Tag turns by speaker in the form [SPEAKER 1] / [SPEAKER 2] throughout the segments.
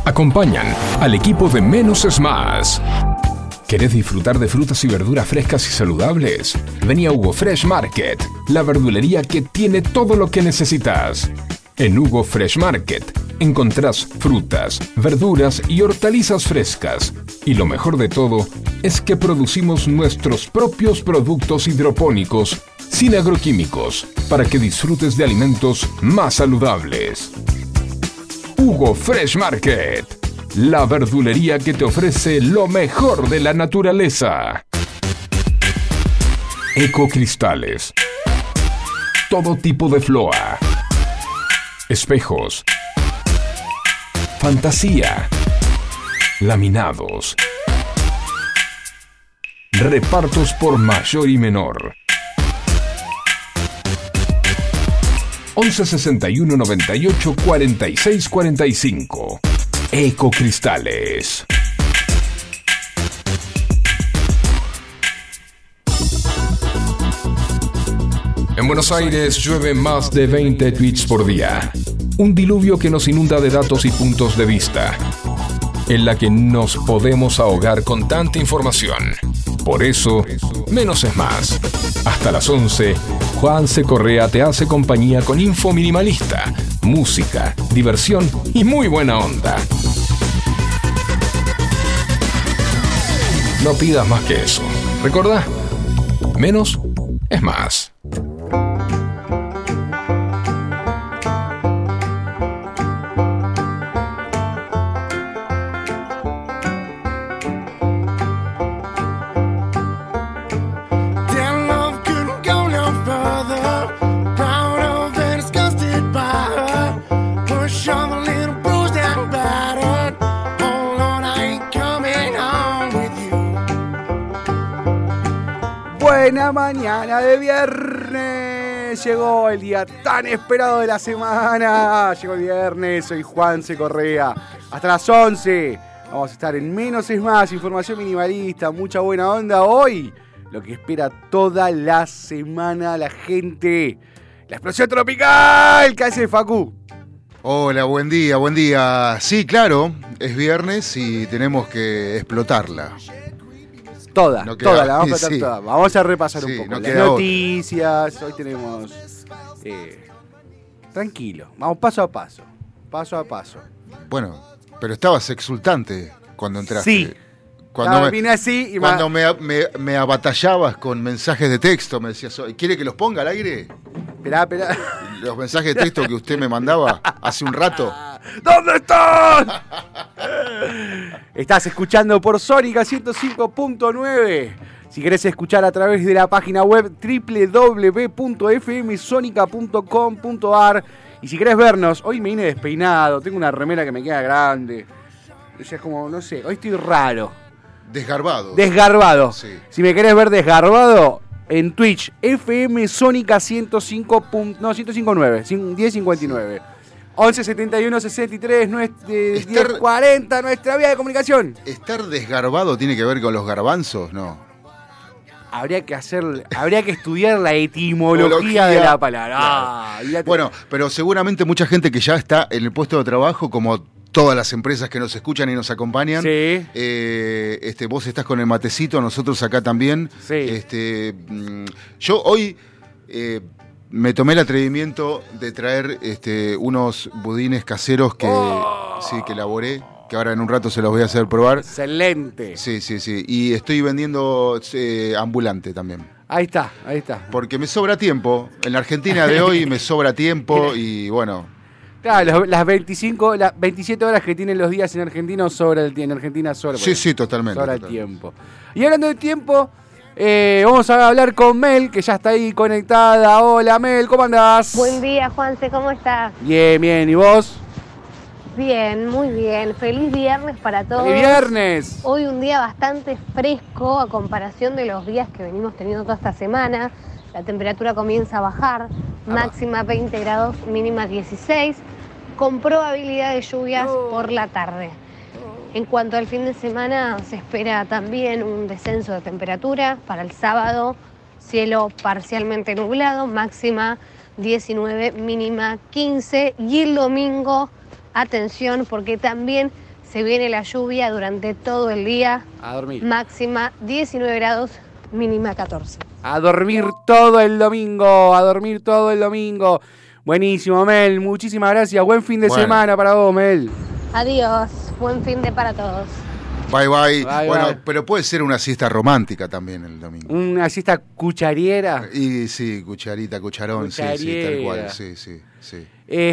[SPEAKER 1] acompañan al equipo de Menos es Más. ¿Querés disfrutar de frutas y verduras frescas y saludables? Vení a Hugo Fresh Market, la verdulería que tiene todo lo que necesitas. En Hugo Fresh Market encontrás frutas, verduras y hortalizas frescas. Y lo mejor de todo es que producimos nuestros propios productos hidropónicos sin agroquímicos para que disfrutes de alimentos más saludables. Hugo Fresh Market, la verdulería que te ofrece lo mejor de la naturaleza. Ecocristales. Todo tipo de floa. Espejos. Fantasía. Laminados. Repartos por mayor y menor. 11 61 98 46 45. Ecocristales. En Buenos Aires llueve más de 20 tweets por día. Un diluvio que nos inunda de datos y puntos de vista, en la que nos podemos ahogar con tanta información. Por eso, menos es más. Hasta las 11, Juanse Correa te hace compañía con info minimalista, música, diversión y muy buena onda. No pidas más que eso. ¿Recordá? Menos es más.
[SPEAKER 2] Buena mañana de viernes. Llegó el día tan esperado de la semana. Llegó el viernes. Soy Juanse Correa. Hasta las 11 vamos a estar en Menos es Más. Información minimalista, mucha buena onda. Hoy, lo que espera toda la semana la gente. La explosión tropical. ¿Qué hace, Facu?
[SPEAKER 3] Hola, buen día, buen día. Sí, claro, es viernes y tenemos que explotarla.
[SPEAKER 2] Toda,
[SPEAKER 3] no queda,
[SPEAKER 2] toda, la vamos a tratar
[SPEAKER 3] sí.
[SPEAKER 2] toda. Vamos a repasar
[SPEAKER 3] Sí,
[SPEAKER 2] un poco
[SPEAKER 3] no
[SPEAKER 2] las
[SPEAKER 3] queda
[SPEAKER 2] noticias. Hoy tenemos... tranquilo, vamos paso a paso. Paso a paso.
[SPEAKER 3] Bueno, pero estabas exultante cuando entraste.
[SPEAKER 2] Sí.
[SPEAKER 3] Cuando
[SPEAKER 2] Vine así y
[SPEAKER 3] cuando me abatallabas con mensajes de texto, me decías, ¿quiere que los ponga al aire?
[SPEAKER 2] Esperá.
[SPEAKER 3] Los mensajes de texto que usted me mandaba hace un rato.
[SPEAKER 2] ¿Dónde están? Estás escuchando por Sónica 105.9. Si querés escuchar a través de la página web www.fmsonica.com.ar. Y si querés vernos, hoy me vine despeinado, tengo una remera que me queda grande. O sea, es como, no sé, hoy estoy raro.
[SPEAKER 3] Desgarbado.
[SPEAKER 2] Sí.
[SPEAKER 3] Sí.
[SPEAKER 2] Si me querés ver desgarbado, en Twitch, FM Sónica 105.9, 1059. 11 71 63 10 40, nuestra vía de comunicación.
[SPEAKER 3] ¿Estar desgarbado tiene que ver con los garbanzos? No.
[SPEAKER 2] Habría que estudiar la etimología de la palabra.
[SPEAKER 3] Claro. Bueno, pero seguramente mucha gente que ya está en el puesto de trabajo, como todas las empresas que nos escuchan y nos acompañan.
[SPEAKER 2] Sí.
[SPEAKER 3] Vos estás con el matecito, nosotros acá también.
[SPEAKER 2] Sí.
[SPEAKER 3] Yo hoy me tomé el atrevimiento de traer unos budines caseros que elaboré, que ahora en un rato se los voy a hacer probar.
[SPEAKER 2] Excelente.
[SPEAKER 3] Sí. Y estoy vendiendo ambulante también.
[SPEAKER 2] Ahí está.
[SPEAKER 3] Porque me sobra tiempo. En la Argentina de hoy me sobra tiempo y bueno.
[SPEAKER 2] Claro, las 27 horas que tienen los días en Argentina sobra el tiempo. En Argentina sobra.
[SPEAKER 3] Sí, totalmente.
[SPEAKER 2] Sobra el tiempo. Y hablando de tiempo, vamos a hablar con Mel, que ya está ahí conectada. Hola, Mel, ¿cómo andás?
[SPEAKER 4] Buen día, Juanse, ¿cómo estás?
[SPEAKER 2] Bien, ¿y vos?
[SPEAKER 4] Bien, muy bien. Feliz viernes para todos.
[SPEAKER 2] ¡Feliz viernes!
[SPEAKER 4] Hoy un día bastante fresco a comparación de los días que venimos teniendo toda esta semana. La temperatura comienza a bajar, máxima 20 grados, mínima 16, con probabilidad de lluvias por la tarde. En cuanto al fin de semana, se espera también un descenso de temperatura. Para el sábado, cielo parcialmente nublado, máxima 19, mínima 15. Y el domingo, atención, porque también Se viene la lluvia durante todo el día.
[SPEAKER 2] A dormir.
[SPEAKER 4] Máxima 19 grados, mínima 14.
[SPEAKER 2] A dormir todo el domingo. A dormir todo el domingo. Buenísimo, Mel. Muchísimas gracias. Buen fin de semana para vos, Mel.
[SPEAKER 4] Adiós. Buen fin de para todos.
[SPEAKER 3] Bye, bye. Bueno,
[SPEAKER 2] bye.
[SPEAKER 3] pero puede ser una siesta romántica también el domingo.
[SPEAKER 2] Una siesta cuchariera.
[SPEAKER 3] Y sí, cucharita, cucharón, sí, tal cual. Sí.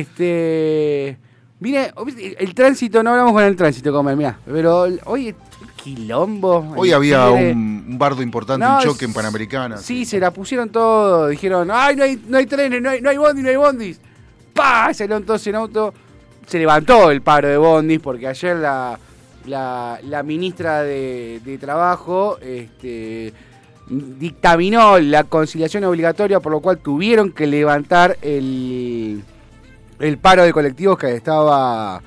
[SPEAKER 2] Mire, el tránsito, no hablamos con el tránsito, mirá, pero hoy quilombo.
[SPEAKER 3] Hoy había un bardo importante, un choque en Panamericana.
[SPEAKER 2] Sí, se la pusieron todo, dijeron, ¡ay, no hay trenes, no hay bondis! ¡Pah! Se levantó en auto, se levantó el paro de bondis, porque ayer la ministra de Trabajo dictaminó la conciliación obligatoria, por lo cual tuvieron que levantar el paro de colectivos que estaba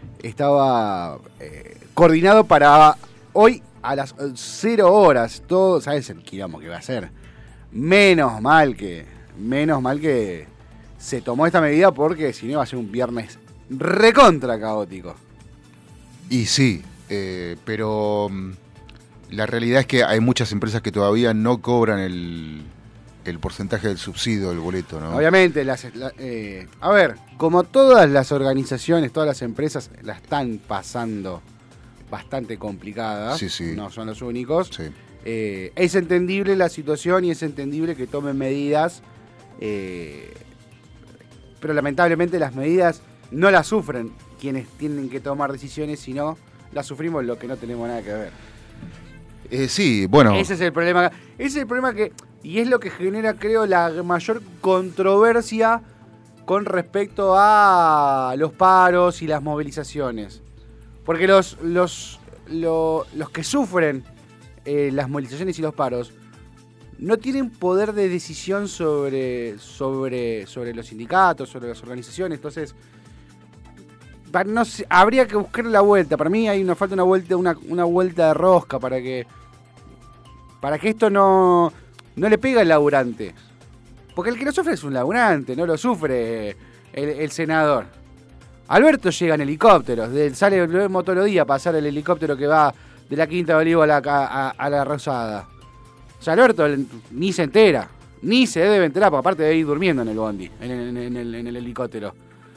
[SPEAKER 2] coordinado para hoy a las 0 horas. Todo, ¿sabes el quilombo que va a ser? Menos mal que se tomó esta medida, porque si no iba a ser un viernes recontra caótico.
[SPEAKER 3] Y sí, pero la realidad es que hay muchas empresas que todavía no cobran el porcentaje del subsidio del boleto, ¿no?
[SPEAKER 2] Obviamente, a ver, como todas las organizaciones, todas las empresas la están pasando bastante complicada,
[SPEAKER 3] sí.
[SPEAKER 2] No son los únicos.
[SPEAKER 3] Sí.
[SPEAKER 2] Es entendible la situación y es entendible que tomen medidas, pero lamentablemente las medidas no las sufren quienes tienen que tomar decisiones, sino las sufrimos los que no tenemos nada que ver.
[SPEAKER 3] Sí, bueno.
[SPEAKER 2] Ese es el problema y es lo que genera, creo, la mayor controversia con respecto a los paros y las movilizaciones. Porque los que sufren las movilizaciones y los paros no tienen poder de decisión sobre los sindicatos, sobre las organizaciones. Entonces, no sé, habría que buscar la vuelta. Para mí falta una vuelta de rosca para que esto no le pegue al laburante. Porque el que lo sufre es un laburante, no lo sufre el senador. Alberto llega en helicóptero, lo vemos todos los días pasar el helicóptero que va de la Quinta de Olivo a la Rosada. O sea, Alberto ni se entera, ni se debe enterar, porque aparte de ir durmiendo en el bondi, en el helicóptero.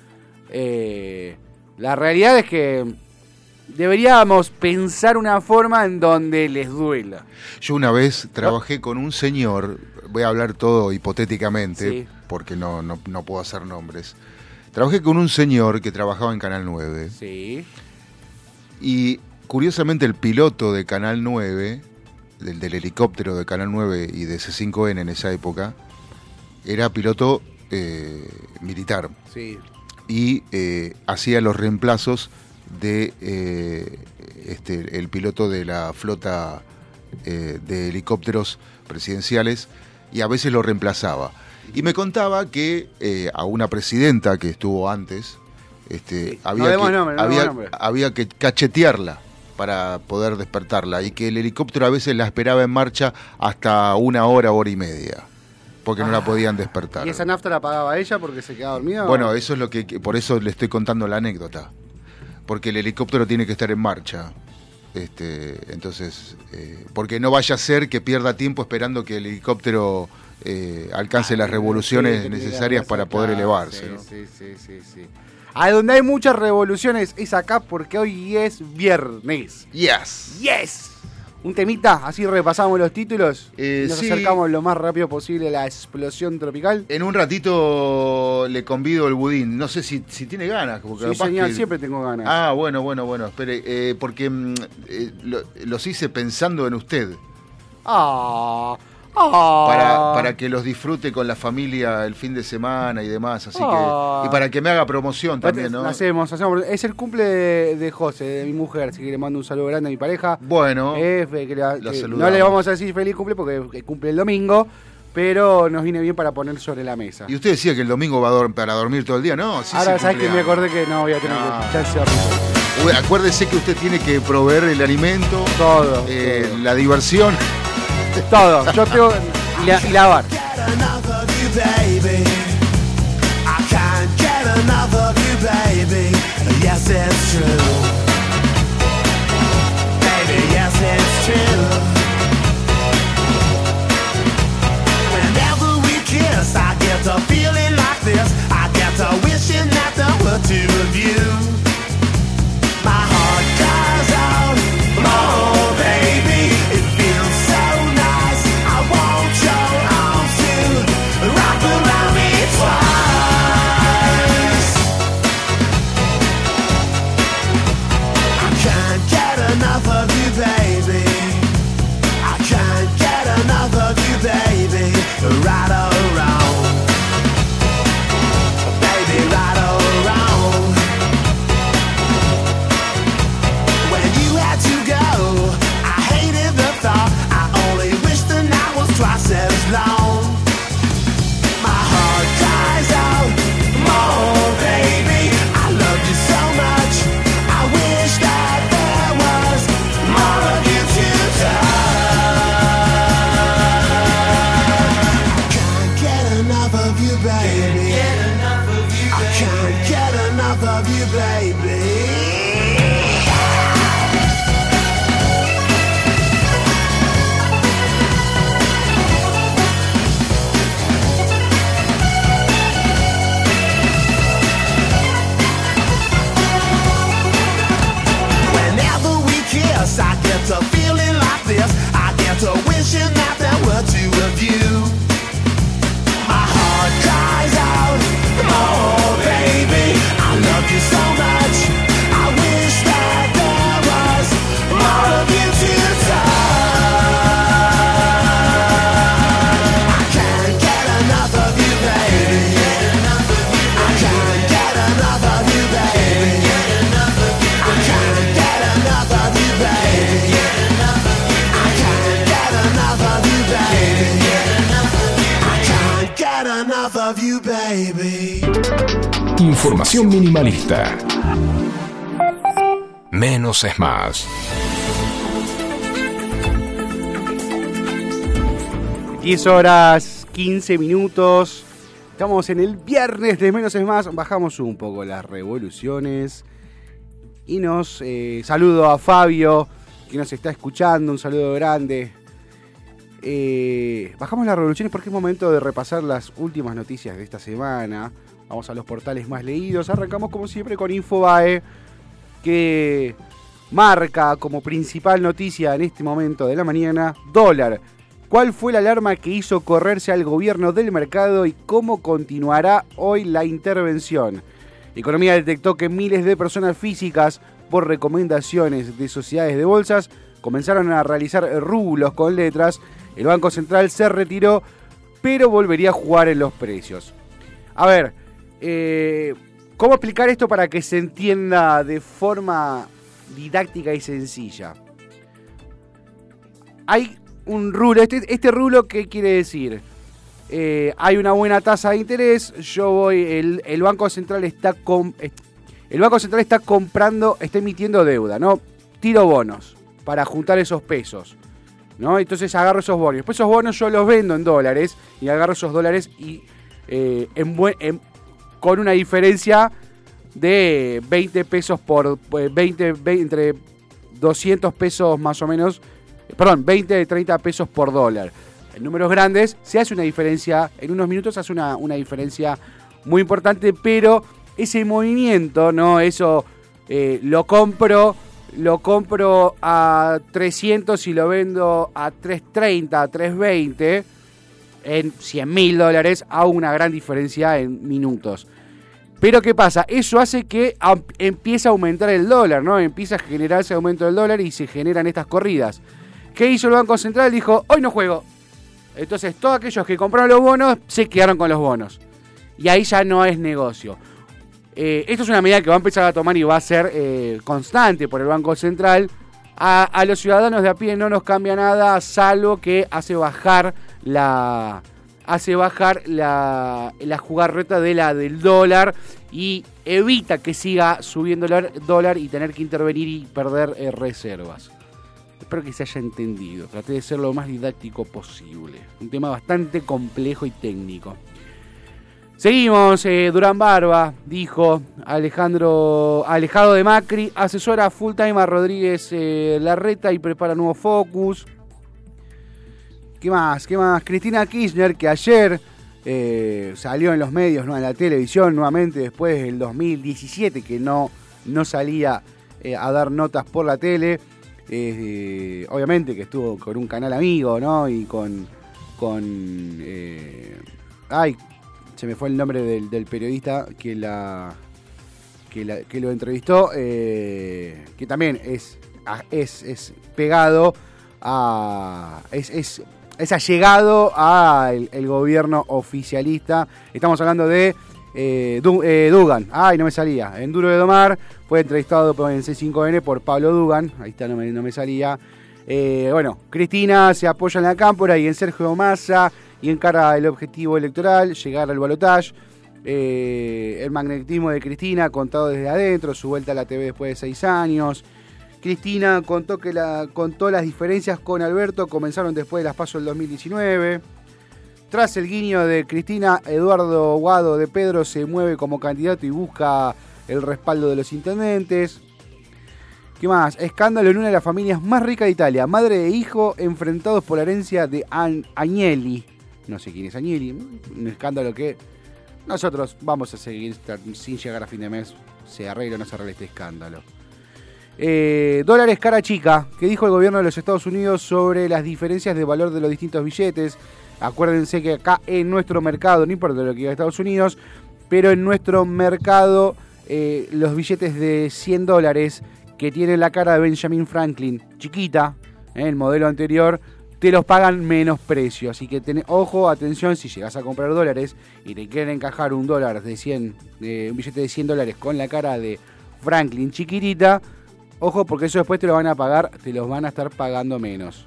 [SPEAKER 2] La realidad es que deberíamos pensar una forma en donde les duela.
[SPEAKER 3] Yo una vez trabajé con un señor, voy a hablar todo hipotéticamente, sí, porque no puedo hacer nombres. Trabajé con un señor que trabajaba en Canal 9.
[SPEAKER 2] Sí.
[SPEAKER 3] Y curiosamente el piloto de Canal 9, del helicóptero de Canal 9 y de C5N en esa época, era piloto militar.
[SPEAKER 2] Sí.
[SPEAKER 3] Y hacía los reemplazos de el piloto de la flota de helicópteros presidenciales, y a veces lo reemplazaba. Y me contaba que a una presidenta que estuvo antes, había que cachetearla para poder despertarla, y que el helicóptero a veces la esperaba en marcha hasta 1 hora, 1 hora y media, porque no la podían despertar.
[SPEAKER 2] ¿Y esa nafta la pagaba ella porque se quedaba dormida?
[SPEAKER 3] Bueno, eso es por eso le estoy contando la anécdota, porque el helicóptero tiene que estar en marcha. Entonces, porque no vaya a ser que pierda tiempo esperando que el helicóptero alcance las revoluciones necesarias para poder elevarse, ¿no?
[SPEAKER 2] Sí. A donde hay muchas revoluciones es acá, porque hoy es viernes.
[SPEAKER 3] Yes.
[SPEAKER 2] Un temita, así repasamos los títulos. Nos
[SPEAKER 3] sí,
[SPEAKER 2] acercamos lo más rápido posible a la explosión tropical.
[SPEAKER 3] En un ratito le convido el budín. No sé si tiene ganas. Porque
[SPEAKER 2] sí, señor, siempre tengo ganas.
[SPEAKER 3] Ah, bueno, espere. Porque los hice pensando en usted. Para que los disfrute con la familia el fin de semana y demás, así que, y para que me haga promoción también, ¿no?
[SPEAKER 2] Hacemos. Es el cumple de José, de mi mujer, así que le mando un saludo grande a mi pareja.
[SPEAKER 3] Bueno,
[SPEAKER 2] no le vamos a decir feliz cumple porque cumple el domingo, pero nos viene bien para poner sobre la mesa.
[SPEAKER 3] Y usted decía que el domingo va para dormir todo el día, ¿no? Sí,
[SPEAKER 2] ahora sabes que me acordé que no voy a tener chance de dormir.
[SPEAKER 3] Acuérdese que usted tiene que proveer el alimento,
[SPEAKER 2] todo.
[SPEAKER 3] La diversión.
[SPEAKER 2] Todo, yo tengo y lavar.
[SPEAKER 5] two of you. My heart cries out, more baby. It feels so nice. I want your arms to wrap around me twice. I can't get enough of you, baby. I can't get enough of you, baby. Right or wrong, baby, right or wrong. When you had to go, I hated the thought. I only wish the night was twice as long. My heart cries out, more baby. I love you so much. I wish that there was more of you to touch. I can't get enough of you, baby. I can't get enough of you, baby. Whenever we kiss, I get to feeling like this. I get to wishing that there were two of you. My heart cries out, more baby. I love you so much. I wish that there was more of you to touch. I can't get enough of you, baby. I can't get enough of you, baby. I can't get enough of you, baby. I can't get enough of you, baby. I can't get enough of you, baby.
[SPEAKER 1] Información minimalista. Menos es más.
[SPEAKER 2] 10 horas, 15 minutos. Estamos en el viernes de Menos es Más. Bajamos un poco las revoluciones. Y nos saludo a Fabio, que nos está escuchando. Un saludo grande. Bajamos las revoluciones porque es momento de repasar las últimas noticias de esta semana. Vamos a los portales más leídos. Arrancamos como siempre con Infobae, que marca como principal noticia en este momento de la mañana: dólar. ¿Cuál fue la alarma que hizo correrse al gobierno del mercado y cómo continuará hoy la intervención? Economía detectó que miles de personas físicas, por recomendaciones de sociedades de bolsas, comenzaron a realizar rublos con letras. El Banco Central se retiró, pero volvería a jugar en los precios. A ver, ¿cómo explicar esto para que se entienda de forma didáctica y sencilla? Hay un rulo. Este rulo, ¿qué quiere decir? Hay una buena tasa de interés. El Banco Central está comprando, está emitiendo deuda, ¿no? Tiro bonos para juntar esos pesos, ¿no? Entonces agarro esos bonos. Después esos bonos yo los vendo en dólares y agarro esos dólares y con una diferencia de 20 pesos por 20 entre 200 pesos más o menos. Perdón, 20 de 30 pesos por dólar. En números grandes se hace una diferencia, en unos minutos hace una diferencia muy importante, pero ese movimiento, ¿no? Eso lo compro a 300 y lo vendo a 330, a 320, en $100.000, hago una gran diferencia en minutos. Pero ¿qué pasa? Eso hace que empiece a aumentar el dólar, ¿no? Empieza a generarse aumento del dólar y se generan estas corridas. ¿Qué hizo el Banco Central? Dijo, hoy no juego. Entonces todos aquellos que compraron los bonos se quedaron con los bonos. Y ahí ya no es negocio. Esto es una medida que va a empezar a tomar y va a ser constante por el Banco Central. A los ciudadanos de a pie no nos cambia nada, salvo que hace bajar la jugarreta del dólar y evita que siga subiendo el dólar y tener que intervenir y perder reservas. Espero que se haya entendido. Traté de ser lo más didáctico posible. Un tema bastante complejo y técnico. Seguimos. Durán Barba dijo: alejado de Macri, asesora full time a Rodríguez Larreta y prepara nuevo focus. ¿Qué más? Cristina Kirchner, que ayer Salió en los medios, ¿no? En la televisión nuevamente después del 2017 que no salía a dar notas por la tele. Obviamente que estuvo con un canal amigo, ¿no? Y se me fue el nombre del periodista que lo entrevistó, que también es pegado es allegado al el gobierno oficialista. Estamos hablando de Dugan. Ay, no me salía. En Duro de Domar fue entrevistado en C5N por Pablo Dugan. Ahí está, no me salía. Bueno, Cristina se apoya en la Cámpora y en Sergio Massa y encara el objetivo electoral, llegar al balotaje. El magnetismo de Cristina contado desde adentro, su vuelta a la TV después de 6 años. Cristina contó las diferencias con Alberto comenzaron después de las PASO del 2019. Tras el guiño de Cristina, Eduardo Guado de Pedro se mueve como candidato y busca el respaldo de los intendentes. ¿Qué más? Escándalo en una de las familias más ricas de Italia. Madre e hijo enfrentados por la herencia de Agnelli. No sé quién es Agnelli. Un escándalo que nosotros vamos a seguir sin llegar a fin de mes. Se arregla o no se arregla este escándalo. Dólares cara chica. ¿Qué dijo el gobierno de los Estados Unidos sobre las diferencias de valor de los distintos billetes? Acuérdense que acá en nuestro mercado, no importa lo que diga Estados Unidos, pero en nuestro mercado los billetes de $100 que tienen la cara de Benjamin Franklin, chiquita, el modelo anterior, te los pagan menos precio. Así que ojo, atención, si llegas a comprar dólares y te quieren encajar un billete de $100 con la cara de Franklin chiquitita, ojo, porque eso después te lo van a pagar, te los van a estar pagando menos.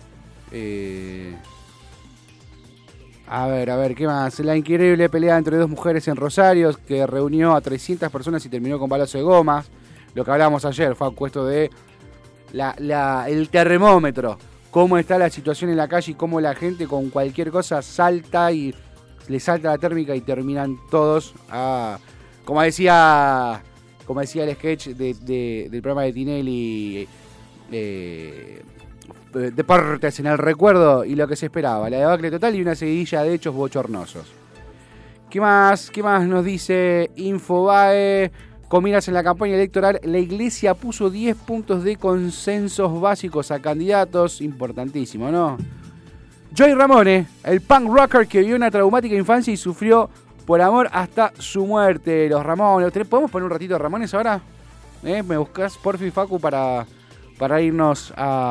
[SPEAKER 2] A ver, ¿qué más? La increíble pelea entre dos mujeres en Rosario que reunió a 300 personas y terminó con balazo de gomas. Lo que hablábamos ayer fue a puesto de el termómetro. Cómo está la situación en la calle y cómo la gente con cualquier cosa salta y le salta la térmica y terminan todos a... Como decía el sketch del programa de Tinelli, Deportes en el recuerdo y lo que se esperaba, la debacle total y una seguidilla de hechos bochornosos. ¿Qué más nos dice Infobae? Con miras en la campaña electoral, la Iglesia puso 10 puntos de consensos básicos a candidatos, importantísimo, ¿no? Joey Ramone, el punk rocker que vivió una traumática infancia y sufrió por amor hasta su muerte. Los Ramones, ¿podemos poner un ratito de Ramones ahora? ¿Me buscas, porfi, Facu, para irnos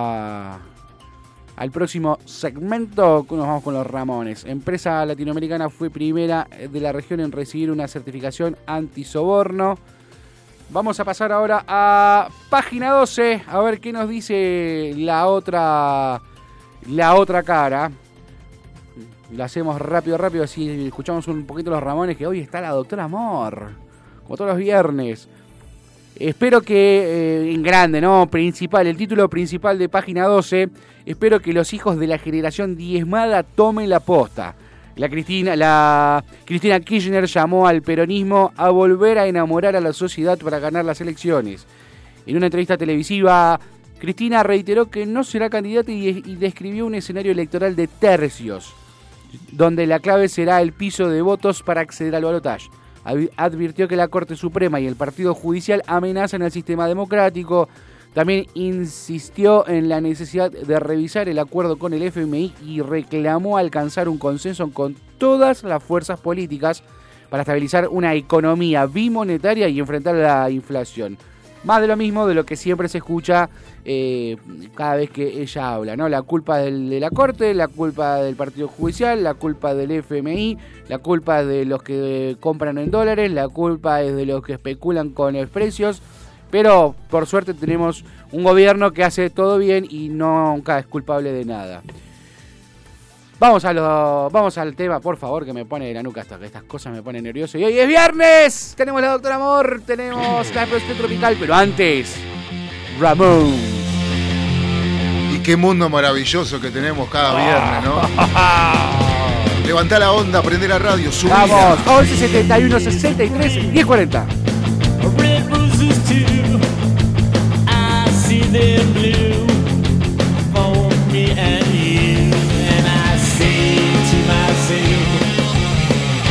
[SPEAKER 2] al próximo segmento? Nos vamos con los Ramones. Empresa latinoamericana fue primera de la región en recibir una certificación antisoborno. Vamos a pasar ahora a página 12, a ver qué nos dice la otra cara. Lo hacemos rápido, así escuchamos un poquito los Ramones, que hoy está la doctora Amor, como todos los viernes. Espero que, en grande, ¿no? El título principal de página 12, espero que los hijos de la generación diezmada tomen la posta. Cristina Kirchner llamó al peronismo a volver a enamorar a la sociedad para ganar las elecciones. En una entrevista televisiva, Cristina reiteró que no será candidata y describió un escenario electoral de tercios, donde la clave será el piso de votos para acceder al balotaje. Advirtió que la Corte Suprema y el Partido Judicial amenazan al sistema democrático. También insistió en la necesidad de revisar el acuerdo con el FMI y reclamó alcanzar un consenso con todas las fuerzas políticas para estabilizar una economía bimonetaria y enfrentar la inflación. Más de lo mismo de lo que siempre se escucha cada vez que ella habla, ¿no? La culpa de la Corte, la culpa del Partido Judicial, la culpa del FMI, la culpa de los que compran en dólares, la culpa es de los que especulan con los precios. Pero por suerte tenemos un gobierno que hace todo bien y nunca es culpable de nada. Vamos al tema, por favor, que me pone de la nuca hasta que estas cosas me ponen nervioso. Y hoy es viernes, tenemos la doctora Amor, tenemos la explosión tropical, pero antes, Ramón.
[SPEAKER 3] Y qué mundo maravilloso que tenemos cada viernes, ¿no? Levantá la onda, prende la radio, subila.
[SPEAKER 2] Vamos, 11 71 63 1040.
[SPEAKER 5] I see them blue for me and you, and I say to myself,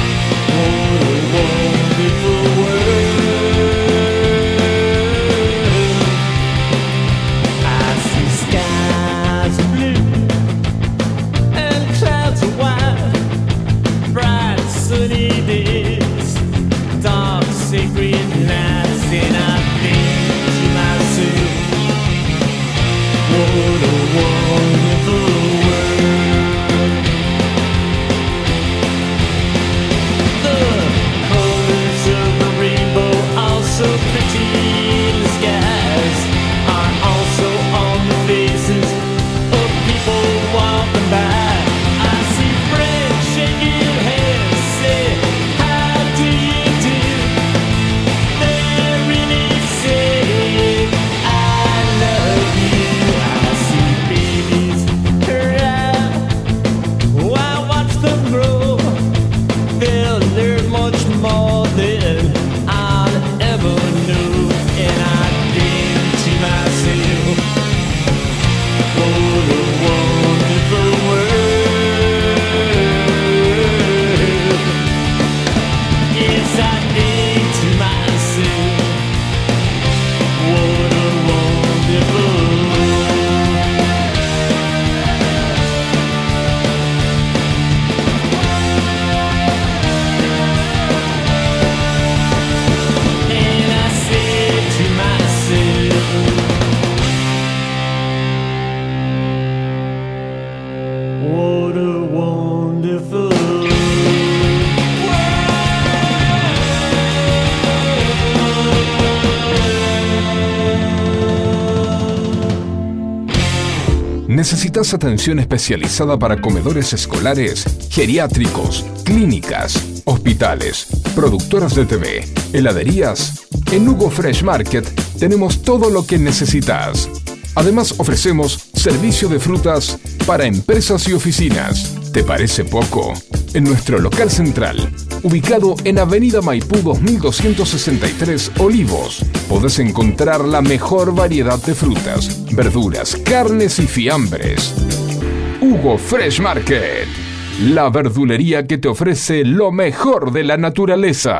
[SPEAKER 1] ¿Necesitas atención especializada para comedores escolares, geriátricos, clínicas, hospitales, productoras de TV, heladerías? En Hugo Fresh Market tenemos todo lo que necesitas. Además ofrecemos servicio de frutas para empresas y oficinas. ¿Te parece poco? En nuestro local central, ubicado en Avenida Maipú 2263 Olivos, podés encontrar la mejor variedad de frutas, verduras, carnes y fiambres. Hugo Fresh Market, la verdulería que te ofrece lo mejor de la naturaleza.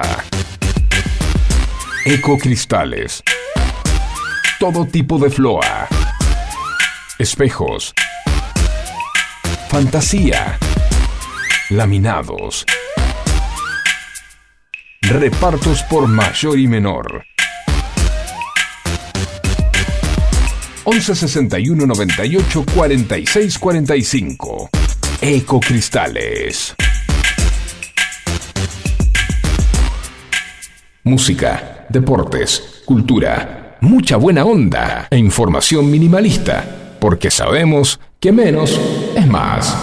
[SPEAKER 1] Ecocristales, todo tipo de floa, espejos, fantasía, laminados, repartos por mayor y menor. 11 61 98 46 45. Ecocristales. Música, deportes, cultura, mucha buena onda e información minimalista, porque sabemos que menos es más.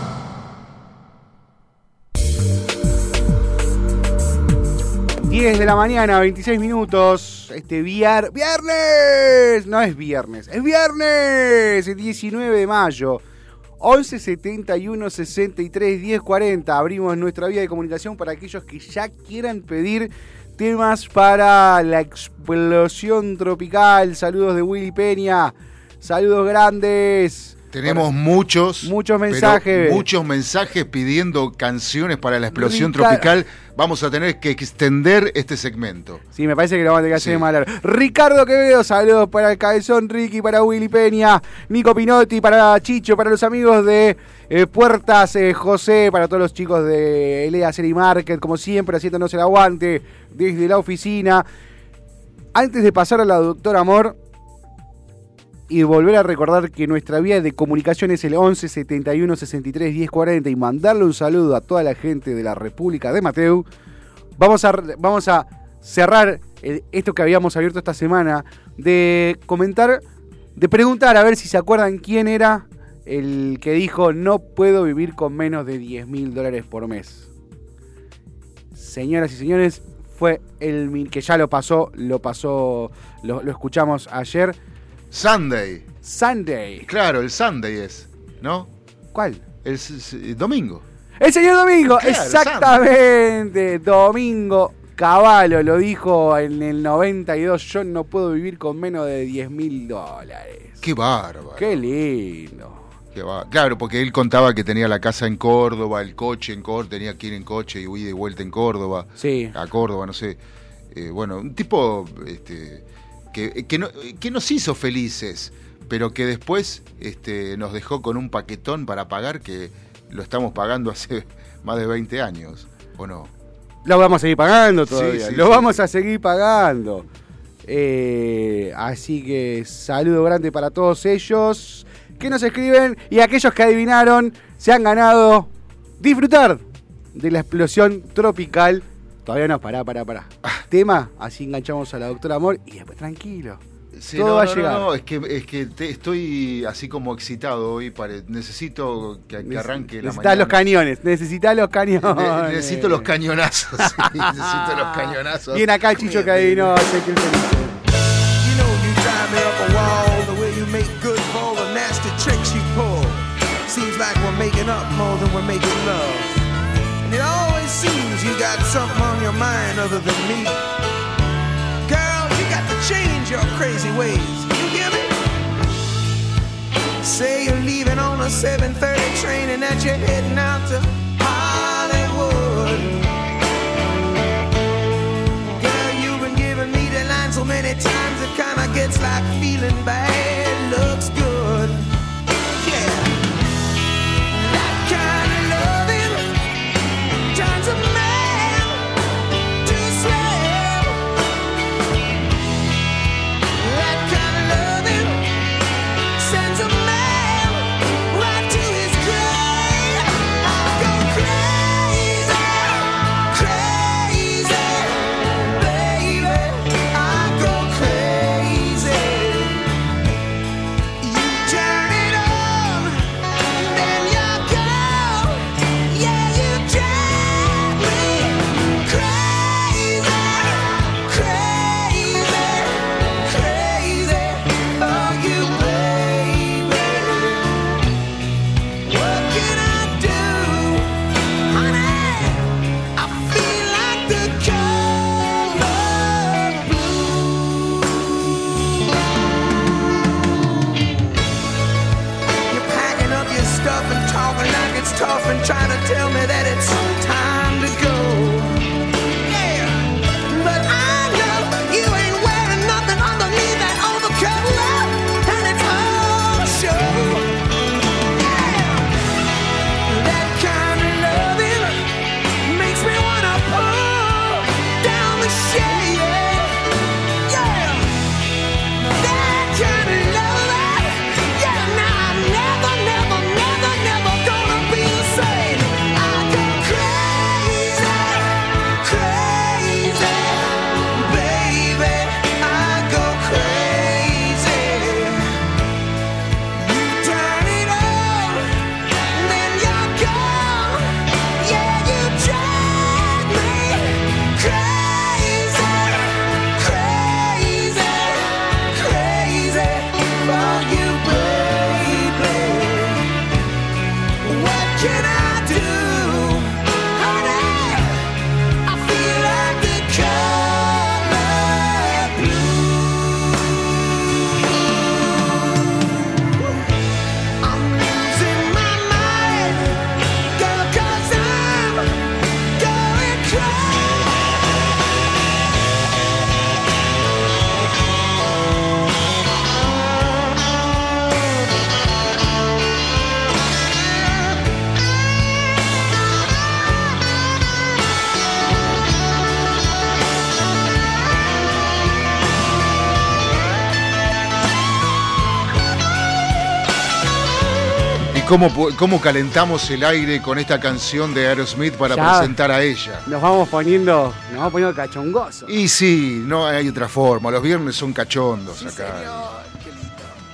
[SPEAKER 2] Diez de la mañana, 26 minutos. Viernes. No es viernes, es viernes. El 19 de mayo. 11 71 63 10 40. Abrimos nuestra vía de comunicación para aquellos que ya quieran pedir temas para la explosión tropical. Saludos de Willy Peña. Saludos grandes.
[SPEAKER 3] Tenemos muchos
[SPEAKER 2] mensajes.
[SPEAKER 3] Muchos mensajes pidiendo canciones para la explosión tropical. Vamos a tener que extender este segmento.
[SPEAKER 2] Sí, me parece que lo vamos a tener que hacer más largo. Ricardo Quevedo, saludos para el Cabezón Ricky, para Willy Peña. Nico Pinotti, para Chicho, para los amigos de Puertas José, para todos los chicos de Elea Serie Market, como siempre, haciéndonos el aguante desde la oficina. Antes de pasar a la doctora Amor y volver a recordar que nuestra vía de comunicación es el 11 71 63 10 40 y mandarle un saludo a toda la gente de la República de Mateu, vamos a cerrar esto que habíamos abierto esta semana de preguntar a ver si se acuerdan quién era el que dijo no puedo vivir con menos de $10.000 por mes. Señoras y señores, fue el que ya lo escuchamos ayer.
[SPEAKER 3] Sunday. Claro, el Sunday es, ¿no?
[SPEAKER 2] ¿Cuál?
[SPEAKER 3] El domingo.
[SPEAKER 2] El señor Domingo,
[SPEAKER 3] claro,
[SPEAKER 2] exactamente. Domingo Cavallo lo dijo en el 92. Yo no puedo vivir con menos de $10.000.
[SPEAKER 3] Qué bárbaro.
[SPEAKER 2] Qué lindo.
[SPEAKER 3] Claro, porque él contaba que tenía la casa en Córdoba, el coche en Córdoba, tenía que ir en coche y huir de vuelta en Córdoba.
[SPEAKER 2] Sí.
[SPEAKER 3] A Córdoba, no sé. Bueno, un tipo que nos hizo felices, pero que después nos dejó con un paquetón para pagar que lo estamos pagando hace más de 20 años, ¿o no?
[SPEAKER 2] Lo vamos a seguir pagando todavía,
[SPEAKER 3] Sí,
[SPEAKER 2] vamos a seguir pagando. Así que saludo grande para todos ellos que nos escriben y aquellos que adivinaron se han ganado disfrutar de la explosión tropical. Todavía no, pará. Tema, así enganchamos a la doctora Amor y después tranquilo.
[SPEAKER 3] Sí,
[SPEAKER 2] todo va a llegar.
[SPEAKER 3] No, es que estoy así como excitado hoy. Necesito que arranque la mañana.
[SPEAKER 2] Necesitas los cañones.
[SPEAKER 3] Necesito los cañonazos. Sí, necesito los cañonazos.
[SPEAKER 2] Bien acá el Chicho que adivinó. Sé que feliz.
[SPEAKER 5] You know you drive me up a wall, the way you make good for all the nasty tricks you pull. Seems like we're making up more than we're making love. And it always seems you got something on your mind other than me. Girl, you got to change your crazy ways. You hear me? Say you're leaving on a 7:30 train and that you're heading out to Hollywood. Girl, you've been giving me the line so many times it kinda gets like feeling bad looks good. Yeah. That kind of loving turns a man to a slave. That kind of loving sends a man right to his grave. I go crazy, crazy, baby. I go crazy. You
[SPEAKER 3] cómo calentamos el aire con esta canción de Aerosmith para
[SPEAKER 2] Ya.
[SPEAKER 3] presentar a ella.
[SPEAKER 2] Nos vamos poniendo cachongosos.
[SPEAKER 3] Y sí, no hay otra forma. Los viernes son cachondos
[SPEAKER 2] Sí,
[SPEAKER 3] acá.
[SPEAKER 2] señor, qué lindo.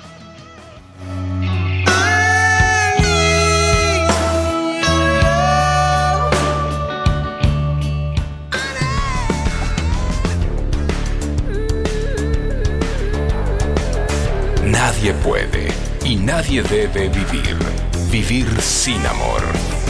[SPEAKER 1] Nadie puede y nadie debe vivir sin amor.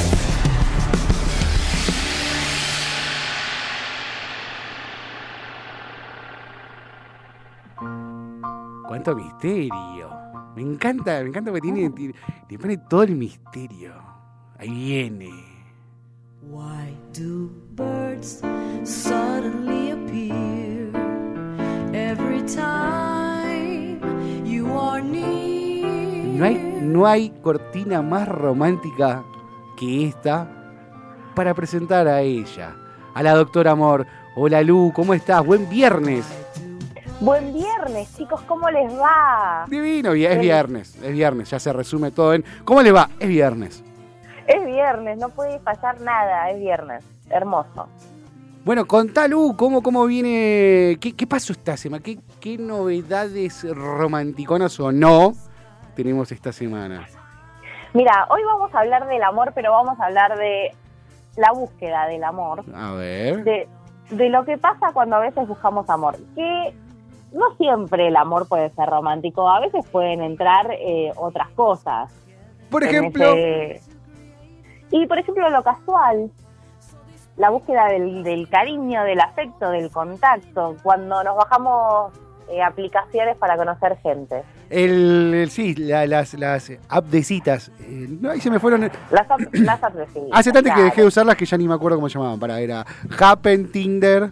[SPEAKER 2] Cuánto misterio. Me encanta porque le pone todo el misterio. Ahí viene.
[SPEAKER 6] Why do birds suddenly appear every time you are near?
[SPEAKER 2] No hay cortina más romántica que esta para presentar a ella, a la doctora Amor. Hola Lu, ¿cómo estás? Buen viernes.
[SPEAKER 7] Buen viernes, chicos, ¿cómo les va?
[SPEAKER 2] Divino, es viernes, ya se resume todo en ¿cómo le va? Es viernes.
[SPEAKER 7] Es viernes, no puede fallar nada, es viernes. Hermoso.
[SPEAKER 2] Bueno, contá Lu, ¿cómo viene? ¿Qué pasó esta semana? ¿Qué novedades romanticonas o no tenemos esta semana?
[SPEAKER 7] Mira, hoy vamos a hablar del amor, pero vamos a hablar de la búsqueda del amor.
[SPEAKER 2] A ver.
[SPEAKER 7] De lo que pasa cuando a veces buscamos amor. Que no siempre el amor puede ser romántico, a veces pueden entrar otras cosas.
[SPEAKER 2] Por ejemplo,
[SPEAKER 7] Y por ejemplo lo casual, la búsqueda del cariño, del afecto, del contacto, cuando nos bajamos aplicaciones para conocer gente.
[SPEAKER 2] las app de citas. No, ahí se me fueron.
[SPEAKER 7] Las apps de citas,
[SPEAKER 2] Hace tanto que
[SPEAKER 7] claro.
[SPEAKER 2] dejé de usarlas que ya ni me acuerdo cómo se llamaban. Era Happen, Tinder.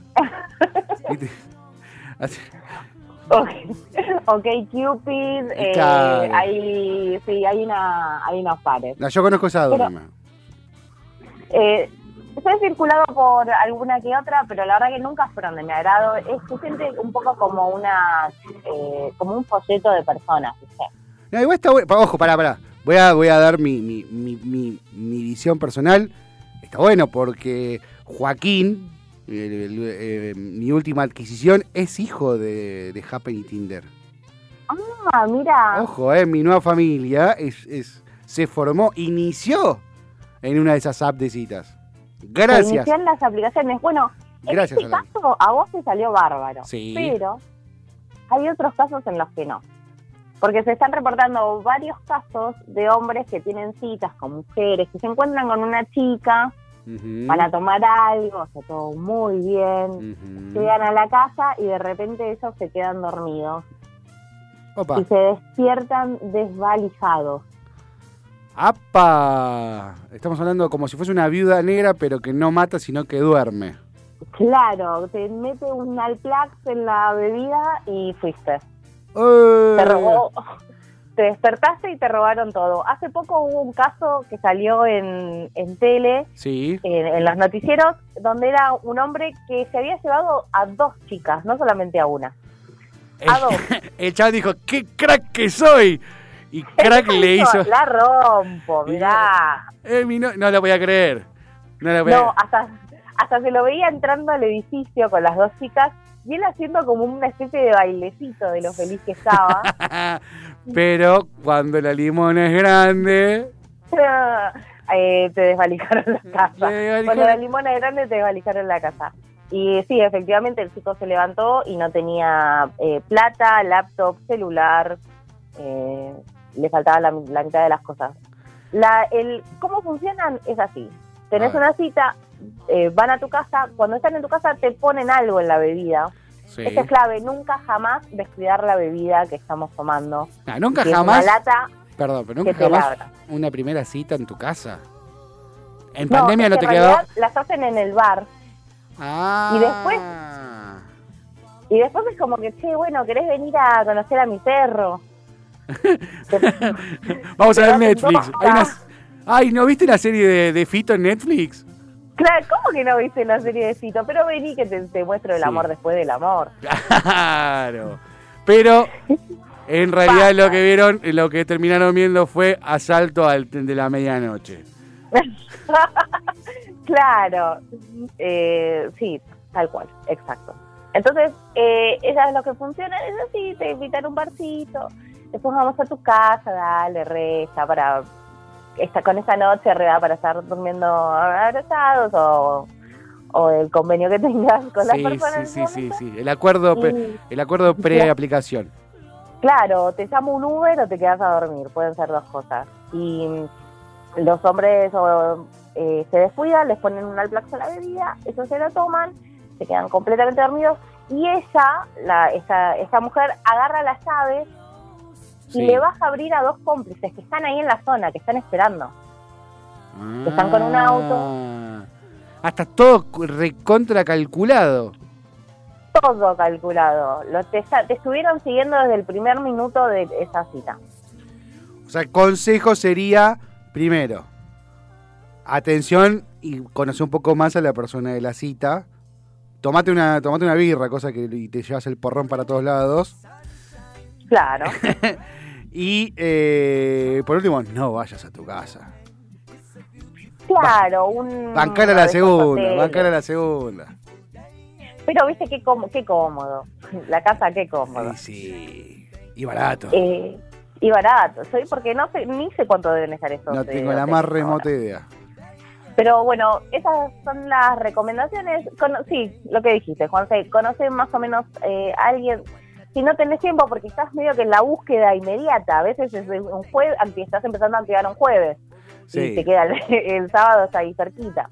[SPEAKER 7] Ok, Cupid,
[SPEAKER 2] Claro.
[SPEAKER 7] hay unos pares.
[SPEAKER 2] No, yo conozco esa dos.
[SPEAKER 7] Pero-
[SPEAKER 2] nomás.
[SPEAKER 7] Estoy circulado por alguna que otra, pero la verdad que nunca fueron de mi agrado. Se siente un poco como como un folleto de personas, ¿viste?
[SPEAKER 2] No, igual está bueno. Ojo, pará. Voy a dar mi visión personal. Está bueno porque Joaquín, mi última adquisición, es hijo de Happen y Tinder.
[SPEAKER 7] Ah, mira.
[SPEAKER 2] Ojo, mi nueva familia se inició en una de esas apps de citas. Gracias.
[SPEAKER 7] Inician las aplicaciones. Bueno,
[SPEAKER 2] Gracias,
[SPEAKER 7] en este
[SPEAKER 2] Alan.
[SPEAKER 7] caso a vos te salió bárbaro.
[SPEAKER 2] Sí.
[SPEAKER 7] Pero hay otros casos en los que no. Porque se están reportando varios casos de hombres que tienen citas con mujeres, que se encuentran con una chica,
[SPEAKER 2] Ujú.
[SPEAKER 7] van a tomar algo, está todo muy bien,
[SPEAKER 2] Ujú.
[SPEAKER 7] llegan a la casa y de repente ellos se quedan dormidos
[SPEAKER 2] Opa.
[SPEAKER 7] y se despiertan desvalijados.
[SPEAKER 2] ¡Apa! Estamos hablando como si fuese una viuda negra, pero que no mata, sino que duerme.
[SPEAKER 7] Claro, te mete un Alplax en la bebida y fuiste.
[SPEAKER 2] ¡Eh!
[SPEAKER 7] Te robó, te despertaste y te robaron todo. Hace poco hubo un caso que salió en tele,
[SPEAKER 2] Sí.
[SPEAKER 7] en los noticieros, donde era un hombre que se había llevado a 2 chicas, no solamente a una. A 2.
[SPEAKER 2] El chaval dijo, ¡qué crack que soy! Y crack le hizo...
[SPEAKER 7] La rompo, mirá.
[SPEAKER 2] No lo voy a creer. No lo voy a
[SPEAKER 7] No, hasta se lo veía entrando al edificio con las 2 chicas y él haciendo como una especie de bailecito de lo feliz que estaba.
[SPEAKER 2] Pero cuando la limona es grande...
[SPEAKER 7] Te desvalijaron la casa.
[SPEAKER 2] Te desvalijaron.
[SPEAKER 7] Cuando la limona es grande te desvalijaron la casa. Y sí, efectivamente el chico se levantó y no tenía plata, laptop, celular, le faltaba la mitad de las cosas. ¿Cómo funcionan? Es así. Tenés una cita, van a tu casa, cuando están en tu casa te ponen algo en la bebida.
[SPEAKER 2] Sí.
[SPEAKER 7] Esto es clave, nunca jamás descuidar la bebida que estamos tomando.
[SPEAKER 2] Nunca
[SPEAKER 7] Si es
[SPEAKER 2] jamás...
[SPEAKER 7] una lata,
[SPEAKER 2] Perdón, pero
[SPEAKER 7] que
[SPEAKER 2] nunca
[SPEAKER 7] te
[SPEAKER 2] jamás
[SPEAKER 7] labra.
[SPEAKER 2] una primera cita en tu casa. En pandemia
[SPEAKER 7] es
[SPEAKER 2] no
[SPEAKER 7] que
[SPEAKER 2] te
[SPEAKER 7] en
[SPEAKER 2] quedó...
[SPEAKER 7] realidad las hacen en el bar.
[SPEAKER 2] Ah.
[SPEAKER 7] Y después es como que, che, bueno, ¿querés venir a conocer a mi perro?
[SPEAKER 2] Vamos a ver
[SPEAKER 7] Te das
[SPEAKER 2] Netflix.
[SPEAKER 7] en
[SPEAKER 2] Hay
[SPEAKER 7] boca.
[SPEAKER 2] unas... Ay, ¿no viste la serie de Fito en Netflix?
[SPEAKER 7] Claro, ¿cómo que no viste la serie de Fito? Pero vení que te muestro el
[SPEAKER 2] Sí.
[SPEAKER 7] amor después del amor.
[SPEAKER 2] Claro. Pero En realidad lo que vieron, lo que terminaron viendo fue Asalto de la Medianoche.
[SPEAKER 7] Claro, sí, tal cual, exacto. Entonces, ellas lo que funciona es así, te invitan a un barcito, después vamos a tu casa, dale, reza, con esa noche reza para estar durmiendo abrazados o el convenio que tengas con las personas.
[SPEAKER 2] Sí. El acuerdo pre-aplicación.
[SPEAKER 7] Claro, te llama un Uber o te quedas a dormir, pueden ser dos cosas. Y los hombres se descuidan, les ponen un Alplax a la bebida, eso se lo toman, se quedan completamente dormidos y ella, esta mujer, agarra las llaves y le baja a abrir a dos cómplices que están ahí en la zona, que están esperando. Que están con un auto.
[SPEAKER 2] Hasta todo recontra calculado.
[SPEAKER 7] Todo calculado. Te estuvieron siguiendo desde el primer minuto de esa cita.
[SPEAKER 2] O sea, el consejo sería, primero, atención y conocer un poco más a la persona de la cita. Tomate una birra, cosa que te llevas el porrón para todos lados.
[SPEAKER 7] Claro.
[SPEAKER 2] Y por último, no vayas a tu casa.
[SPEAKER 7] Claro,
[SPEAKER 2] bancar a la segunda.
[SPEAKER 7] Pero viste qué cómodo. La casa, qué cómodo.
[SPEAKER 2] Sí. Y barato.
[SPEAKER 7] Y barato. Porque ni sé cuánto deben estar esos.
[SPEAKER 2] No tengo la más remota idea.
[SPEAKER 7] Pero bueno, esas son las recomendaciones. Sí, lo que dijiste, Juanse. Conoce más o menos a alguien. Si no tenés tiempo, porque estás medio que en la búsqueda inmediata. A veces es un jueves, estás empezando a activar un jueves. Sí. Y te queda el sábado está ahí cerquita.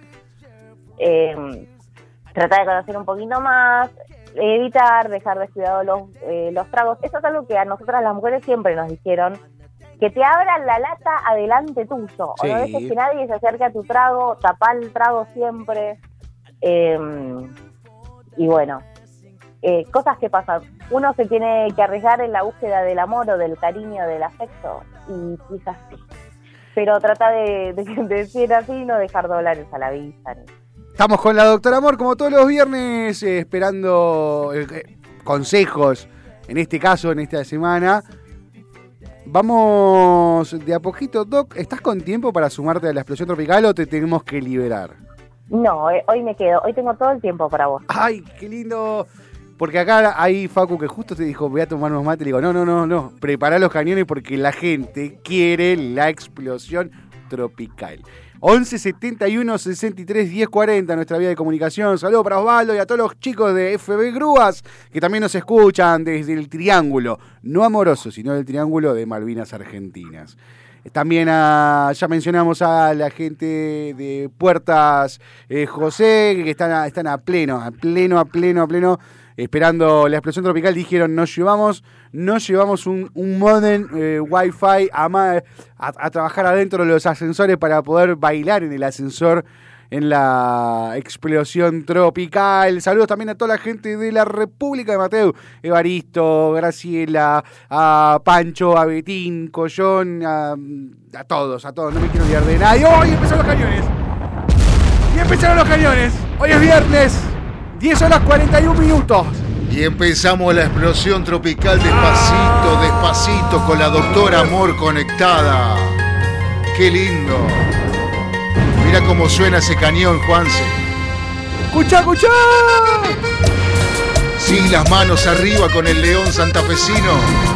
[SPEAKER 7] Trata de conocer un poquito más, dejar descuidados los tragos. Eso es algo que a nosotras las mujeres siempre nos dijeron, que te abran la lata adelante tuyo. Sí. O no dejes que nadie se acerque a tu trago, tapar el trago siempre. Y bueno, cosas que pasan. Uno se tiene que arriesgar en la búsqueda del amor o del cariño, del afecto, y quizás sí. Pero trata de decir así, no dejar dólares a la vista.
[SPEAKER 2] Estamos con la doctora Amor, como todos los viernes, esperando consejos, en este caso, en esta semana. Vamos de a poquito. Doc, ¿estás con tiempo para sumarte a la explosión tropical o te tenemos que liberar?
[SPEAKER 7] No, hoy me quedo. Hoy tengo todo el tiempo para vos.
[SPEAKER 2] ¡Ay, qué lindo! Porque acá hay Facu que justo te dijo, voy a tomar unos mates. Le digo, no. Prepará los cañones porque la gente quiere la explosión tropical. 11 71 63 10 40, nuestra vía de comunicación. Saludos para Osvaldo y a todos los chicos de FB Grúas que también nos escuchan desde el Triángulo, no amoroso, sino del Triángulo de Malvinas Argentinas. También ya mencionamos a la gente de Puertas José, que están a pleno, esperando la explosión tropical. Dijeron, nos llevamos un modem Wi-Fi a trabajar adentro de los ascensores para poder bailar en el ascensor en la explosión tropical. Saludos también a toda la gente de la República de Mateu, Evaristo, Graciela, a Pancho, a Betín, Collón, a todos, no me quiero olvidar de nadie. ¡Hoy empezaron los cañones! Hoy es viernes, 10 horas 41 minutos.
[SPEAKER 3] Y empezamos la explosión tropical despacito, con la doctora Amor conectada. ¡Qué lindo! Mira cómo suena ese cañón, Juanse.
[SPEAKER 2] ¡Escuchá!
[SPEAKER 3] Sí, las manos arriba con el león santafesino.